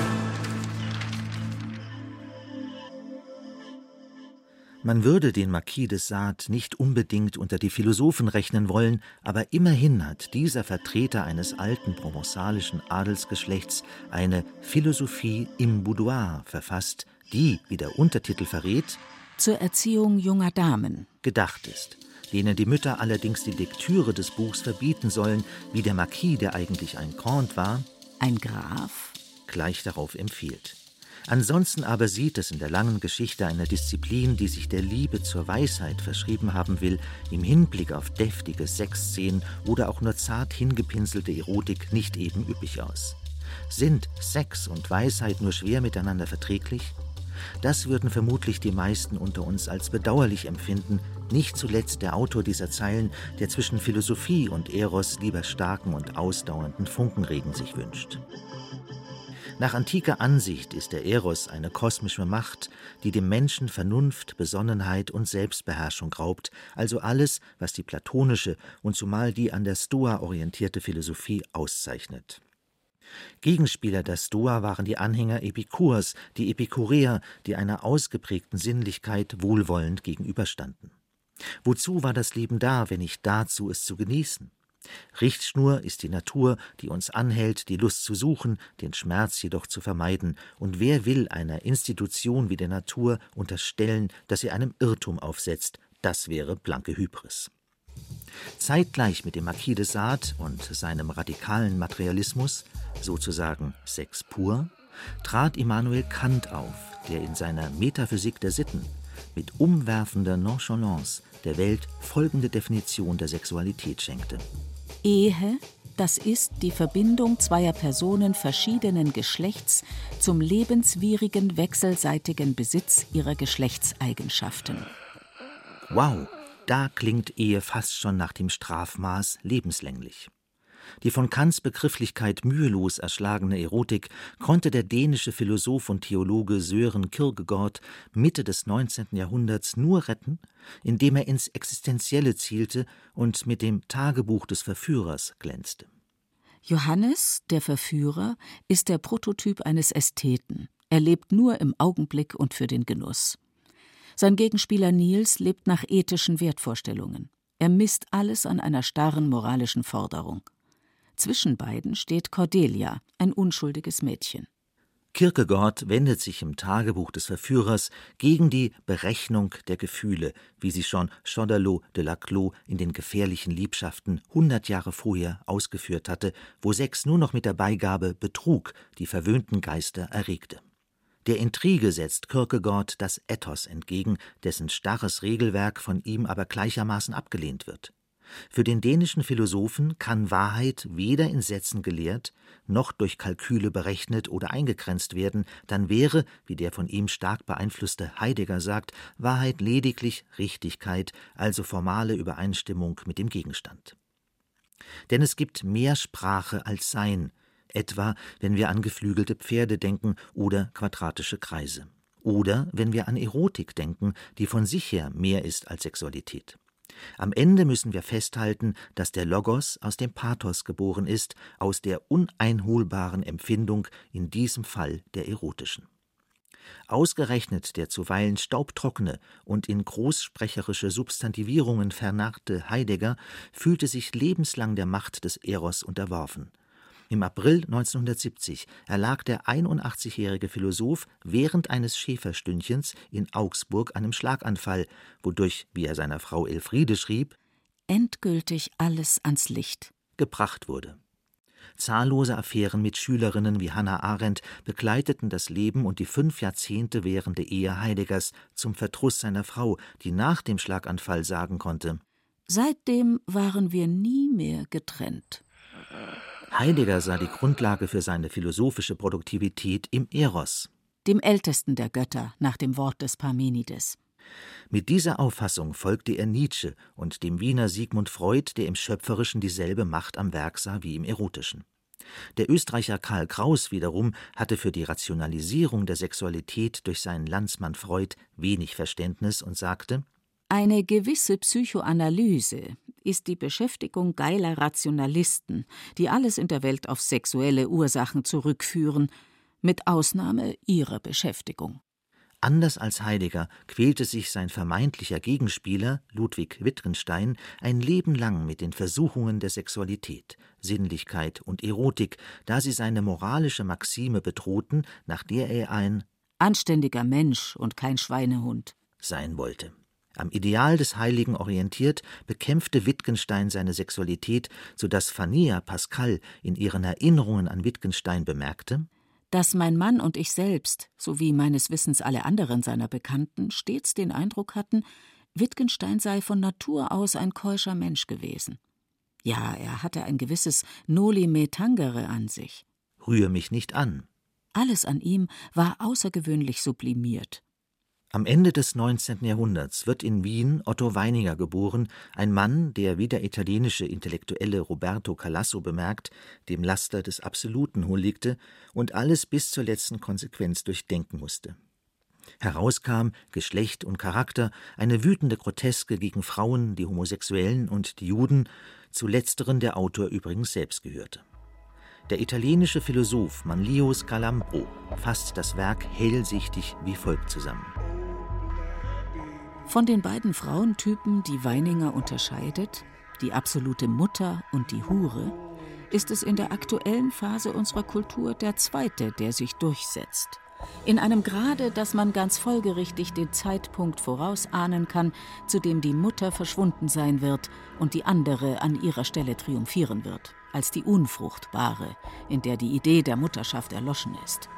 Man würde den Marquis de Sade nicht unbedingt unter die Philosophen rechnen wollen, aber immerhin hat dieser Vertreter eines alten provençalischen Adelsgeschlechts eine Philosophie im Boudoir verfasst, die, wie der Untertitel verrät, zur Erziehung junger Damen gedacht ist. denen die Mütter allerdings die Lektüre des Buchs verbieten sollen, wie der Marquis, der eigentlich ein Comte war, ein Graf, gleich darauf empfiehlt. Ansonsten aber sieht es in der langen Geschichte einer Disziplin, die sich der Liebe zur Weisheit verschrieben haben will, im Hinblick auf deftige Sexszenen oder auch nur zart hingepinselte Erotik nicht eben üppig aus. Sind Sex und Weisheit nur schwer miteinander verträglich? Das würden vermutlich die meisten unter uns als bedauerlich empfinden, nicht zuletzt der Autor dieser Zeilen, der zwischen Philosophie und Eros lieber starken und ausdauernden Funkenregen sich wünscht. Nach antiker Ansicht ist der Eros eine kosmische Macht, die dem Menschen Vernunft, Besonnenheit und Selbstbeherrschung raubt, also alles, was die platonische und zumal die an der Stoa orientierte Philosophie auszeichnet. Gegenspieler der Stoa waren die Anhänger Epikurs, die Epikureer, die einer ausgeprägten Sinnlichkeit wohlwollend gegenüberstanden. Wozu war das Leben da, wenn nicht dazu, es zu genießen? Richtschnur ist die Natur, die uns anhält, die Lust zu suchen, den Schmerz jedoch zu vermeiden. Und wer will einer Institution wie der Natur unterstellen, dass sie einem Irrtum aufsetzt? Das wäre blanke Hybris. Zeitgleich mit dem Marquis de Sade und seinem radikalen Materialismus, sozusagen Sex pur, trat Immanuel Kant auf, der in seiner Metaphysik der Sitten mit umwerfender Nonchalance der Welt folgende Definition der Sexualität schenkte. Ehe, das ist die Verbindung zweier Personen verschiedenen Geschlechts zum lebenswidrigen wechselseitigen Besitz ihrer Geschlechtseigenschaften. Wow, da klingt Ehe fast schon nach dem Strafmaß lebenslänglich. Die von Kants Begrifflichkeit mühelos erschlagene Erotik konnte der dänische Philosoph und Theologe Søren Kierkegaard Mitte des neunzehnten Jahrhunderts nur retten, indem er ins Existenzielle zielte und mit dem Tagebuch des Verführers glänzte. Johannes, der Verführer, ist der Prototyp eines Ästheten. Er lebt nur im Augenblick und für den Genuss. Sein Gegenspieler Niels lebt nach ethischen Wertvorstellungen. Er misst alles an einer starren moralischen Forderung. Zwischen beiden steht Cordelia, ein unschuldiges Mädchen. Kierkegaard wendet sich im Tagebuch des Verführers gegen die Berechnung der Gefühle, wie sie schon Choderlos de Laclos in den gefährlichen Liebschaften hundert Jahre vorher ausgeführt hatte, wo Sex nur noch mit der Beigabe Betrug die verwöhnten Geister erregte. Der Intrige setzt Kierkegaard das Ethos entgegen, dessen starres Regelwerk von ihm aber gleichermaßen abgelehnt wird. Für den dänischen Philosophen kann Wahrheit weder in Sätzen gelehrt, noch durch Kalküle berechnet oder eingegrenzt werden, dann wäre, wie der von ihm stark beeinflusste Heidegger sagt, Wahrheit lediglich Richtigkeit, also formale Übereinstimmung mit dem Gegenstand. Denn es gibt mehr Sprache als Sein, etwa wenn wir an geflügelte Pferde denken oder quadratische Kreise. Oder wenn wir an Erotik denken, die von sich her mehr ist als Sexualität. Am Ende müssen wir festhalten, dass der Logos aus dem Pathos geboren ist, aus der uneinholbaren Empfindung, in diesem Fall der erotischen. Ausgerechnet der zuweilen staubtrockene und in großsprecherische Substantivierungen vernarrte Heidegger fühlte sich lebenslang der Macht des Eros unterworfen. Im April neunzehnhundertsiebzig erlag der einundachtzigjährige Philosoph während eines Schäferstündchens in Augsburg einem Schlaganfall, wodurch, wie er seiner Frau Elfriede schrieb, endgültig alles ans Licht gebracht wurde. Zahllose Affären mit Schülerinnen wie Hannah Arendt begleiteten das Leben und die fünf Jahrzehnte währende Ehe Heideggers zum Verdruss seiner Frau, die nach dem Schlaganfall sagen konnte: Seitdem waren wir nie mehr getrennt. Heidegger sah die Grundlage für seine philosophische Produktivität im Eros, dem ältesten der Götter nach dem Wort des Parmenides. Mit dieser Auffassung folgte er Nietzsche und dem Wiener Sigmund Freud, der im Schöpferischen dieselbe Macht am Werk sah wie im Erotischen. Der Österreicher Karl Kraus wiederum hatte für die Rationalisierung der Sexualität durch seinen Landsmann Freud wenig Verständnis und sagte: Eine gewisse Psychoanalyse ist die Beschäftigung geiler Rationalisten, die alles in der Welt auf sexuelle Ursachen zurückführen, mit Ausnahme ihrer Beschäftigung. Anders als Heidegger quälte sich sein vermeintlicher Gegenspieler Ludwig Wittgenstein ein Leben lang mit den Versuchungen der Sexualität, Sinnlichkeit und Erotik, da sie seine moralische Maxime bedrohten, nach der er ein anständiger Mensch und kein Schweinehund sein wollte. Am Ideal des Heiligen orientiert, bekämpfte Wittgenstein seine Sexualität, sodass Fania Pascal in ihren Erinnerungen an Wittgenstein bemerkte: Dass mein Mann und ich selbst, sowie meines Wissens alle anderen seiner Bekannten, stets den Eindruck hatten, Wittgenstein sei von Natur aus ein keuscher Mensch gewesen. Ja, er hatte ein gewisses Noli me tangere an sich. Rühr mich nicht an. Alles an ihm war außergewöhnlich sublimiert. Am Ende des neunzehnten Jahrhunderts wird in Wien Otto Weininger geboren, ein Mann, der, wie der italienische Intellektuelle Roberto Calasso bemerkt, dem Laster des Absoluten huldigte und alles bis zur letzten Konsequenz durchdenken musste. Herauskam Geschlecht und Charakter, eine wütende Groteske gegen Frauen, die Homosexuellen und die Juden, zu letzteren der Autor übrigens selbst gehörte. Der italienische Philosoph Manlio Scalambro fasst das Werk hellsichtig wie folgt zusammen. Von den beiden Frauentypen, die Weininger unterscheidet, die absolute Mutter und die Hure, ist es in der aktuellen Phase unserer Kultur der zweite, der sich durchsetzt. In einem Grade, dass man ganz folgerichtig den Zeitpunkt vorausahnen kann, zu dem die Mutter verschwunden sein wird und die andere an ihrer Stelle triumphieren wird, als die Unfruchtbare, in der die Idee der Mutterschaft erloschen ist.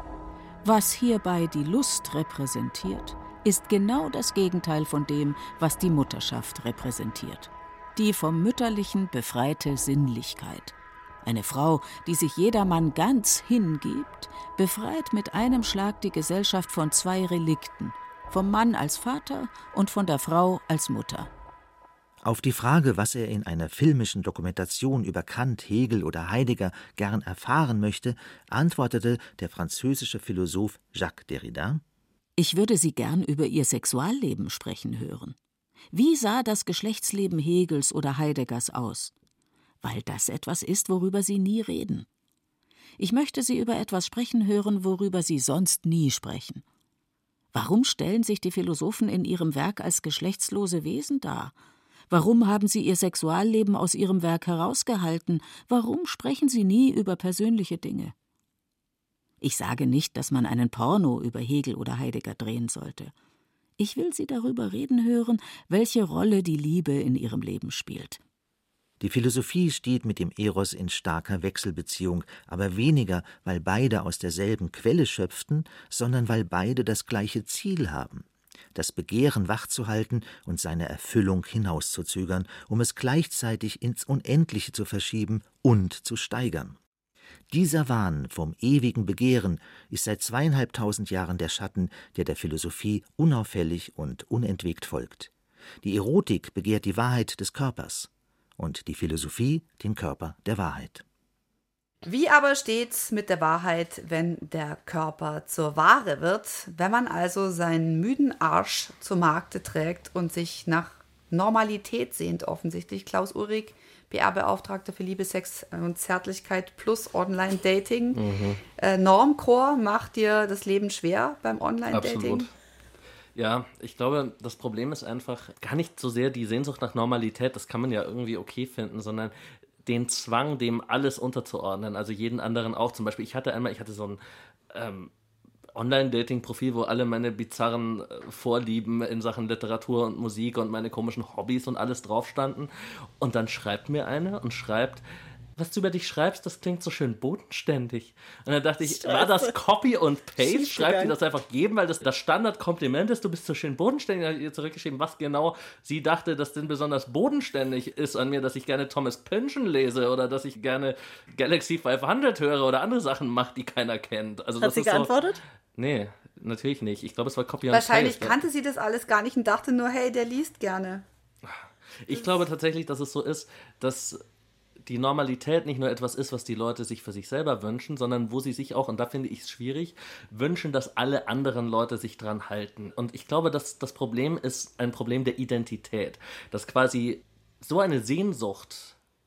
Was hierbei die Lust repräsentiert, ist genau das Gegenteil von dem, was die Mutterschaft repräsentiert. Die vom Mütterlichen befreite Sinnlichkeit. Eine Frau, die sich jedermann ganz hingibt, befreit mit einem Schlag die Gesellschaft von zwei Relikten, vom Mann als Vater und von der Frau als Mutter. Auf die Frage, was er in einer filmischen Dokumentation über Kant, Hegel oder Heidegger gern erfahren möchte, antwortete der französische Philosoph Jacques Derrida: Ich würde Sie gern über Ihr Sexualleben sprechen hören. Wie sah das Geschlechtsleben Hegels oder Heideggers aus? Weil das etwas ist, worüber Sie nie reden. Ich möchte Sie über etwas sprechen hören, worüber Sie sonst nie sprechen. Warum stellen sich die Philosophen in ihrem Werk als geschlechtslose Wesen dar? Warum haben sie ihr Sexualleben aus ihrem Werk herausgehalten? Warum sprechen sie nie über persönliche Dinge? Ich sage nicht, dass man einen Porno über Hegel oder Heidegger drehen sollte. Ich will Sie darüber reden hören, welche Rolle die Liebe in ihrem Leben spielt. Die Philosophie steht mit dem Eros in starker Wechselbeziehung, aber weniger, weil beide aus derselben Quelle schöpften, sondern weil beide das gleiche Ziel haben: das Begehren wachzuhalten und seine Erfüllung hinauszuzögern, um es gleichzeitig ins Unendliche zu verschieben und zu steigern. Dieser Wahn vom ewigen Begehren ist seit zweieinhalbtausend Jahren der Schatten, der der Philosophie unauffällig und unentwegt folgt. Die Erotik begehrt die Wahrheit des Körpers und die Philosophie den Körper der Wahrheit. Wie aber steht's mit der Wahrheit, wenn der Körper zur Ware wird, wenn man also seinen müden Arsch zu Markte trägt und sich nach Normalität sehnt, offensichtlich? Klaus Uhrig, P R-Beauftragter für Liebe, Sex und Zärtlichkeit plus Online-Dating. Mhm. Äh, Normcore macht dir das Leben schwer beim Online-Dating? Absolut. Ja, ich glaube, das Problem ist einfach gar nicht so sehr die Sehnsucht nach Normalität, das kann man ja irgendwie okay finden, sondern den Zwang, dem alles unterzuordnen, also jeden anderen auch. Zum Beispiel, ich hatte einmal, ich hatte so ein ähm, Online-Dating-Profil, wo alle meine bizarren äh, Vorlieben in Sachen Literatur und Musik und meine komischen Hobbys und alles drauf standen. Und dann schreibt mir eine und schreibt: Was du über dich schreibst, das klingt so schön bodenständig. Und dann dachte ich, Scheiße. War das Copy und Paste? Schreibt die das einfach jedem, weil das das Standardkompliment ist, du bist so schön bodenständig. Dann hat ihr zurückgeschrieben, was genau sie dachte, das denn besonders bodenständig ist an mir, dass ich gerne Thomas Pynchon lese oder dass ich gerne Galaxy fünfhundert höre oder andere Sachen mache, die keiner kennt. Also, hat das sie ist geantwortet? So, nee, natürlich nicht. Ich glaube, es war Copy und Wahrscheinlich Paste. kannte sie das alles gar nicht und dachte nur, hey, der liest gerne. Ich glaube tatsächlich, dass es so ist, dass die Normalität nicht nur etwas ist, was die Leute sich für sich selber wünschen, sondern wo sie sich auch, und da finde ich es schwierig, wünschen, dass alle anderen Leute sich dran halten. Und ich glaube, dass das Problem ist ein Problem der Identität, dass quasi so eine Sehnsucht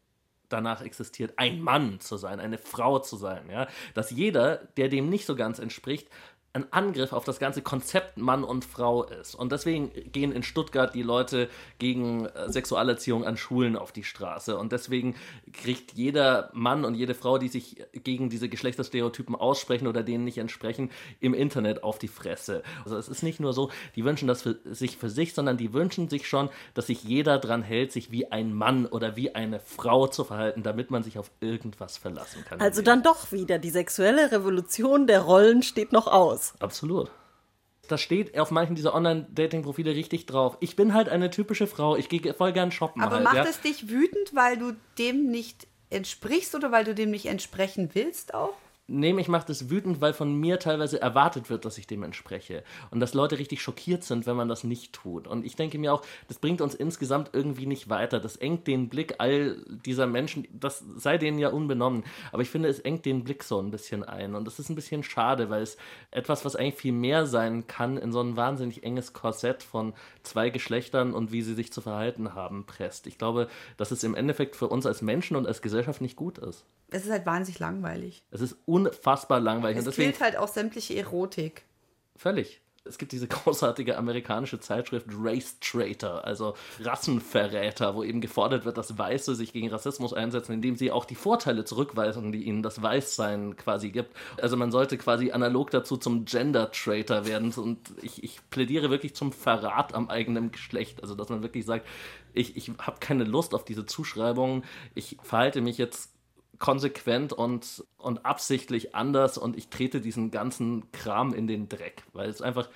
danach existiert, ein Mann zu sein, eine Frau zu sein, ja, dass jeder, der dem nicht so ganz entspricht, ein Angriff auf das ganze Konzept Mann und Frau ist. Und deswegen gehen in Stuttgart die Leute gegen äh, Sexualerziehung an Schulen auf die Straße. Und deswegen kriegt jeder Mann und jede Frau, die sich gegen diese Geschlechterstereotypen aussprechen oder denen nicht entsprechen, im Internet auf die Fresse. Also es ist nicht nur so, die wünschen das für sich für sich, sondern die wünschen sich schon, dass sich jeder dran hält, sich wie ein Mann oder wie eine Frau zu verhalten, damit man sich auf irgendwas verlassen kann. Also dann doch wieder, die sexuelle Revolution der Rollen steht noch aus. Absolut. Das steht auf manchen dieser Online-Dating-Profile richtig drauf. Ich bin halt eine typische Frau, ich gehe voll gern shoppen. Aber halt, macht ja? es dich wütend, weil du dem nicht entsprichst oder weil du dem nicht entsprechen willst auch? Nee, mich macht es wütend, weil von mir teilweise erwartet wird, dass ich dem entspreche. Und dass Leute richtig schockiert sind, wenn man das nicht tut. Und ich denke mir auch, das bringt uns insgesamt irgendwie nicht weiter. Das engt den Blick all dieser Menschen, das sei denen ja unbenommen. Aber ich finde, es engt den Blick so ein bisschen ein. Und das ist ein bisschen schade, weil es etwas, was eigentlich viel mehr sein kann, in so ein wahnsinnig enges Korsett von zwei Geschlechtern und wie sie sich zu verhalten haben, presst. Ich glaube, dass es im Endeffekt für uns als Menschen und als Gesellschaft nicht gut ist. Es ist halt wahnsinnig langweilig. Es ist unfassbar langweilig. Es und deswegen fehlt halt auch sämtliche Erotik. Völlig. Es gibt diese großartige amerikanische Zeitschrift Race Traitor, also Rassenverräter, wo eben gefordert wird, dass Weiße sich gegen Rassismus einsetzen, indem sie auch die Vorteile zurückweisen, die ihnen das Weißsein quasi gibt. Also man sollte quasi analog dazu zum Gender Traitor werden. Und ich, ich plädiere wirklich zum Verrat am eigenen Geschlecht. Also dass man wirklich sagt, ich, ich habe keine Lust auf diese Zuschreibungen, ich verhalte mich jetzt konsequent und, und absichtlich anders und ich trete diesen ganzen Kram in den Dreck, weil es einfach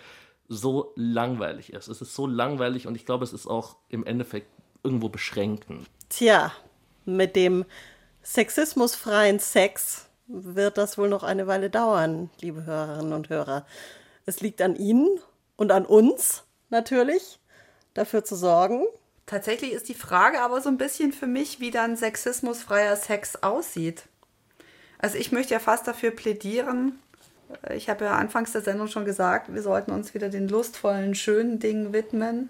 so langweilig ist. Es ist so langweilig und ich glaube, es ist auch im Endeffekt irgendwo beschränkend. Tja, mit dem sexismusfreien Sex wird das wohl noch eine Weile dauern, liebe Hörerinnen und Hörer. Es liegt an Ihnen und an uns natürlich, dafür zu sorgen. Tatsächlich ist die Frage aber so ein bisschen für mich, wie dann sexismusfreier Sex aussieht. Also ich möchte ja fast dafür plädieren, ich habe ja anfangs der Sendung schon gesagt, wir sollten uns wieder den lustvollen, schönen Dingen widmen.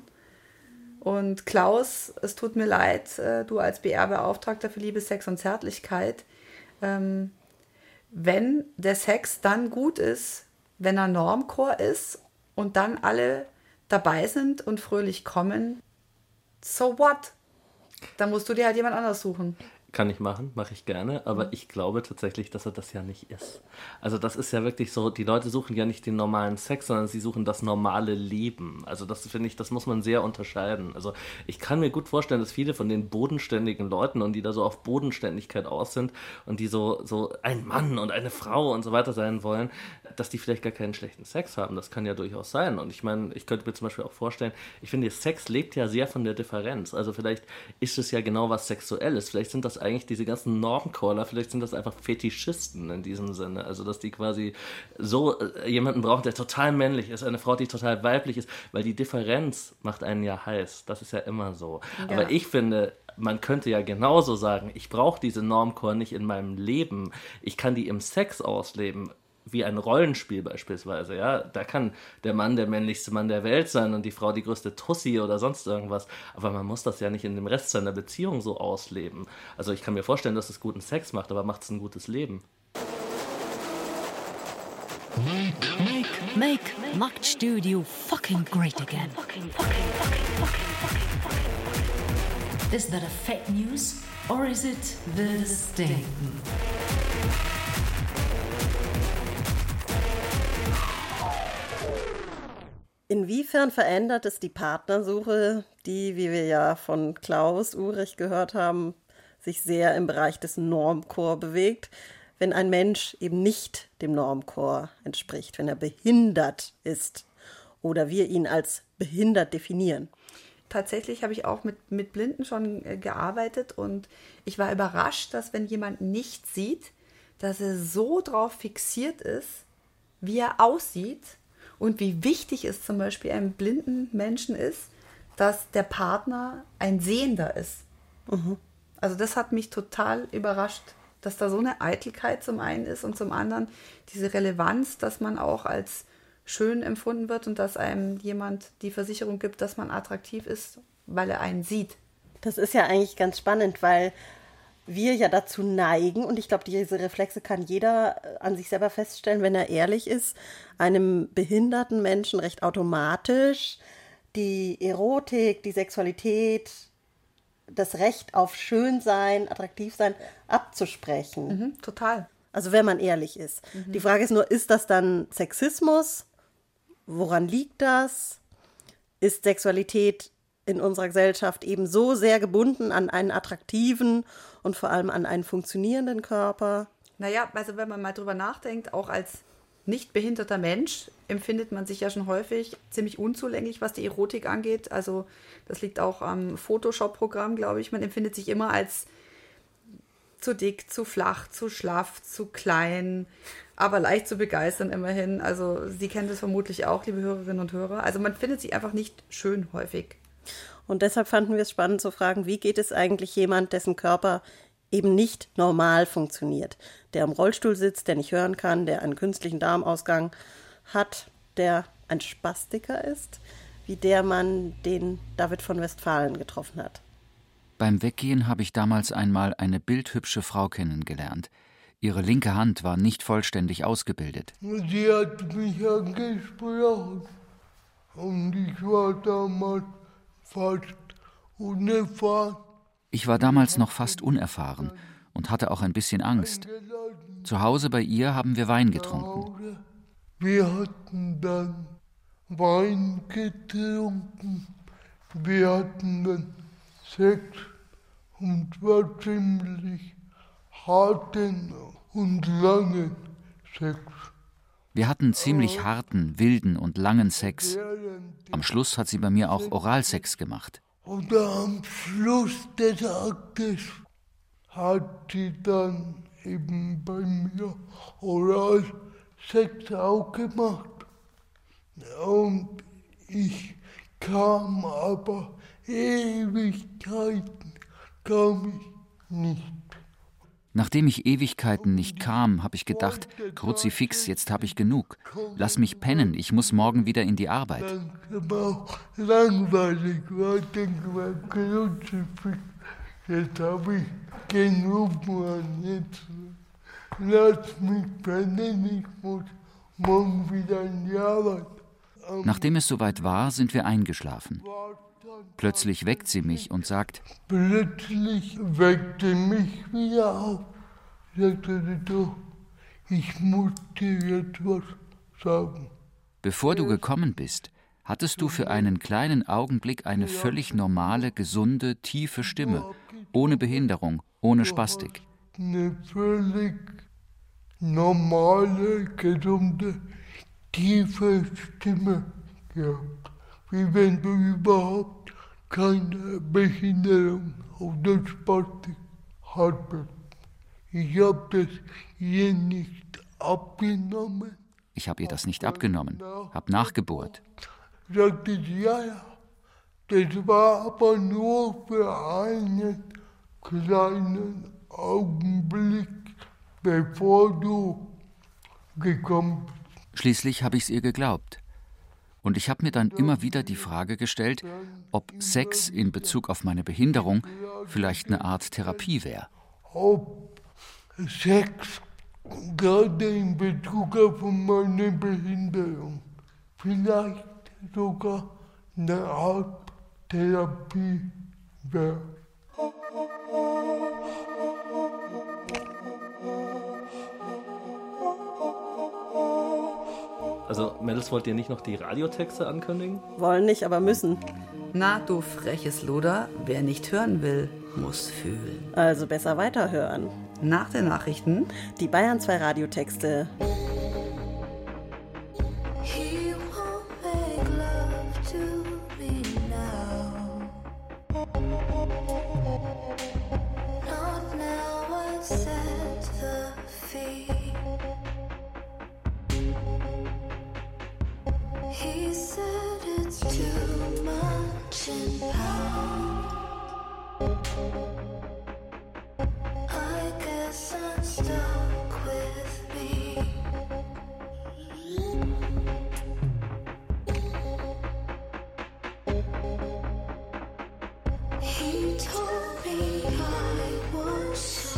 Und Klaus, es tut mir leid, du als B R-Beauftragter für Liebe, Sex und Zärtlichkeit, ähm, wenn der Sex dann gut ist, wenn er Normcore ist und dann alle dabei sind und fröhlich kommen, so what? Dann musst du dir halt jemand anders suchen. Kann ich machen, mache ich gerne, aber ich glaube tatsächlich, dass er das ja nicht ist. Also das ist ja wirklich so, die Leute suchen ja nicht den normalen Sex, sondern sie suchen das normale Leben. Also das finde ich, das muss man sehr unterscheiden. Also ich kann mir gut vorstellen, dass viele von den bodenständigen Leuten und die da so auf Bodenständigkeit aus sind und die so, so ein Mann und eine Frau und so weiter sein wollen, dass die vielleicht gar keinen schlechten Sex haben. Das kann ja durchaus sein. Und ich meine, ich könnte mir zum Beispiel auch vorstellen, ich finde, Sex lebt ja sehr von der Differenz. Also vielleicht ist es ja genau was Sexuelles. Vielleicht sind das eigentlich diese ganzen Normcaller, vielleicht sind das einfach Fetischisten in diesem Sinne. Also, dass die quasi so äh, jemanden brauchen, der total männlich ist, eine Frau, die total weiblich ist, weil die Differenz macht einen ja heiß. Das ist ja immer so. Ja. Aber ich finde, man könnte ja genauso sagen, ich brauche diese Normcore nicht in meinem Leben. Ich kann die im Sex ausleben. Wie ein Rollenspiel beispielsweise, ja, da kann der Mann der männlichste Mann der Welt sein und die Frau die größte Tussi oder sonst irgendwas, aber man muss das ja nicht in dem Rest seiner Beziehung so ausleben. Also ich kann mir vorstellen, dass es guten Sex macht, aber macht es ein gutes Leben. Make, make, make Macht Studio fucking great again. Fucking, fucking, fucking, fucking, fucking, fucking. Is that a fake news or is it the Denken? Inwiefern verändert es die Partnersuche, die, wie wir ja von Klaus Uhrig gehört haben, sich sehr im Bereich des Normcore bewegt, wenn ein Mensch eben nicht dem Normcore entspricht, wenn er behindert ist oder wir ihn als behindert definieren? Tatsächlich habe ich auch mit, mit Blinden schon äh, gearbeitet und ich war überrascht, dass wenn jemand nicht sieht, dass er so drauf fixiert ist, wie er aussieht. Und wie wichtig es zum Beispiel einem blinden Menschen ist, dass der Partner ein Sehender ist. Mhm. Also das hat mich total überrascht, dass da so eine Eitelkeit zum einen ist und zum anderen diese Relevanz, dass man auch als schön empfunden wird und dass einem jemand die Versicherung gibt, dass man attraktiv ist, weil er einen sieht. Das ist ja eigentlich ganz spannend, weil wir ja dazu neigen, und ich glaube, diese Reflexe kann jeder an sich selber feststellen, wenn er ehrlich ist, einem behinderten Menschen recht automatisch die Erotik, die Sexualität, das Recht auf Schönsein, Attraktivsein abzusprechen. Mhm, total. Also wenn man ehrlich ist. Mhm. Die Frage ist nur, ist das dann Sexismus? Woran liegt das? Ist Sexualität in unserer Gesellschaft eben so sehr gebunden an einen attraktiven und vor allem an einen funktionierenden Körper? Naja, also wenn man mal drüber nachdenkt, auch als nicht behinderter Mensch empfindet man sich ja schon häufig ziemlich unzulänglich, was die Erotik angeht. Also das liegt auch am Photoshop-Programm, glaube ich. Man empfindet sich immer als zu dick, zu flach, zu schlaff, zu klein, aber leicht zu begeistern immerhin. Also Sie kennen das vermutlich auch, liebe Hörerinnen und Hörer. Also man findet sich einfach nicht schön häufig. Und deshalb fanden wir es spannend zu fragen, wie geht es eigentlich jemand, dessen Körper eben nicht normal funktioniert, der im Rollstuhl sitzt, der nicht hören kann, der einen künstlichen Darmausgang hat, der ein Spastiker ist, wie der Mann, den David von Westphalen getroffen hat. Beim Weggehen habe ich damals einmal eine bildhübsche Frau kennengelernt. Ihre linke Hand war nicht vollständig ausgebildet. Sie hat mich angesprochen und ich war damals fast unerfahren. Ich war damals noch fast unerfahren und hatte auch ein bisschen Angst. Zu Hause bei ihr haben wir Wein getrunken. Wir hatten dann Wein getrunken, wir hatten dann Sex und war ziemlich harten und langen Sex. Wir hatten ziemlich harten, wilden und langen Sex. Am Schluss hat sie bei mir auch Oralsex gemacht. Und am Schluss des Aktes hat sie dann eben bei mir Oralsex auch gemacht. Und ich kam aber Ewigkeiten, kam ich nicht. Nachdem ich Ewigkeiten nicht kam, habe ich gedacht, Kruzifix, jetzt habe ich genug. Lass mich pennen, ich muss morgen wieder in die Arbeit. Langweilig war, denke mal, Kruzifix, jetzt habe ich genug, Mann, jetzt lass mich pennen, ich muss morgen wieder in die Arbeit. Nachdem es soweit war, sind wir eingeschlafen. Plötzlich weckt sie mich und sagt, Plötzlich weckte mich wieder auf, sagte sie doch, ich muss dir jetzt was sagen. Bevor du gekommen bist, hattest du für einen kleinen Augenblick eine völlig normale, gesunde, tiefe Stimme, ohne Behinderung, ohne Spastik. Eine völlig normale, gesunde, tiefe Stimme gehabt, wie wenn du überhaupt keine Behinderung oder Spastik hattest. Ich habe das ihr nicht abgenommen. Ich habe ihr das nicht abgenommen, habe nachgebohrt. Sagte sie, ja, ja, das war aber nur für einen kleinen Augenblick, bevor du gekommen bist. Schließlich habe ich es ihr geglaubt. Und ich habe mir dann immer wieder die Frage gestellt, ob Sex in Bezug auf meine Behinderung vielleicht eine Art Therapie wäre. Ob Sex gerade in Bezug auf meine Behinderung vielleicht sogar eine Art Therapie wäre. Also, Mädels, wollt ihr nicht noch die Radiotexte ankündigen? Wollen nicht, aber müssen. Na, du freches Luder, wer nicht hören will, muss fühlen. Also besser weiterhören. Nach den Nachrichten die Bayern zwei Radiotexte. He told me I was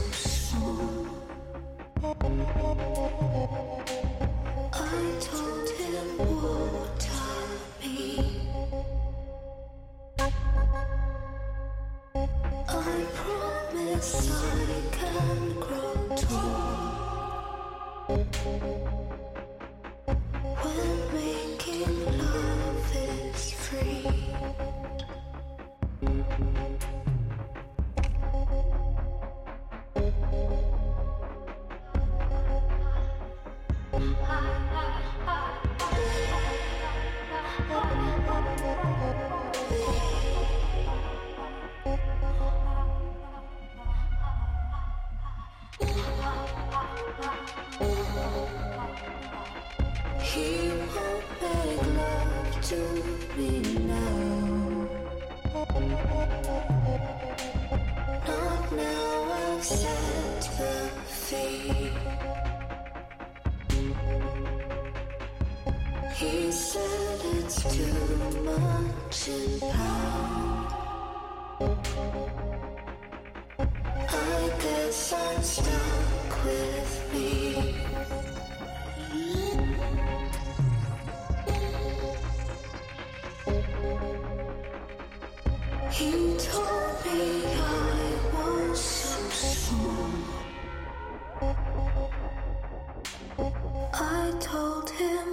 I told him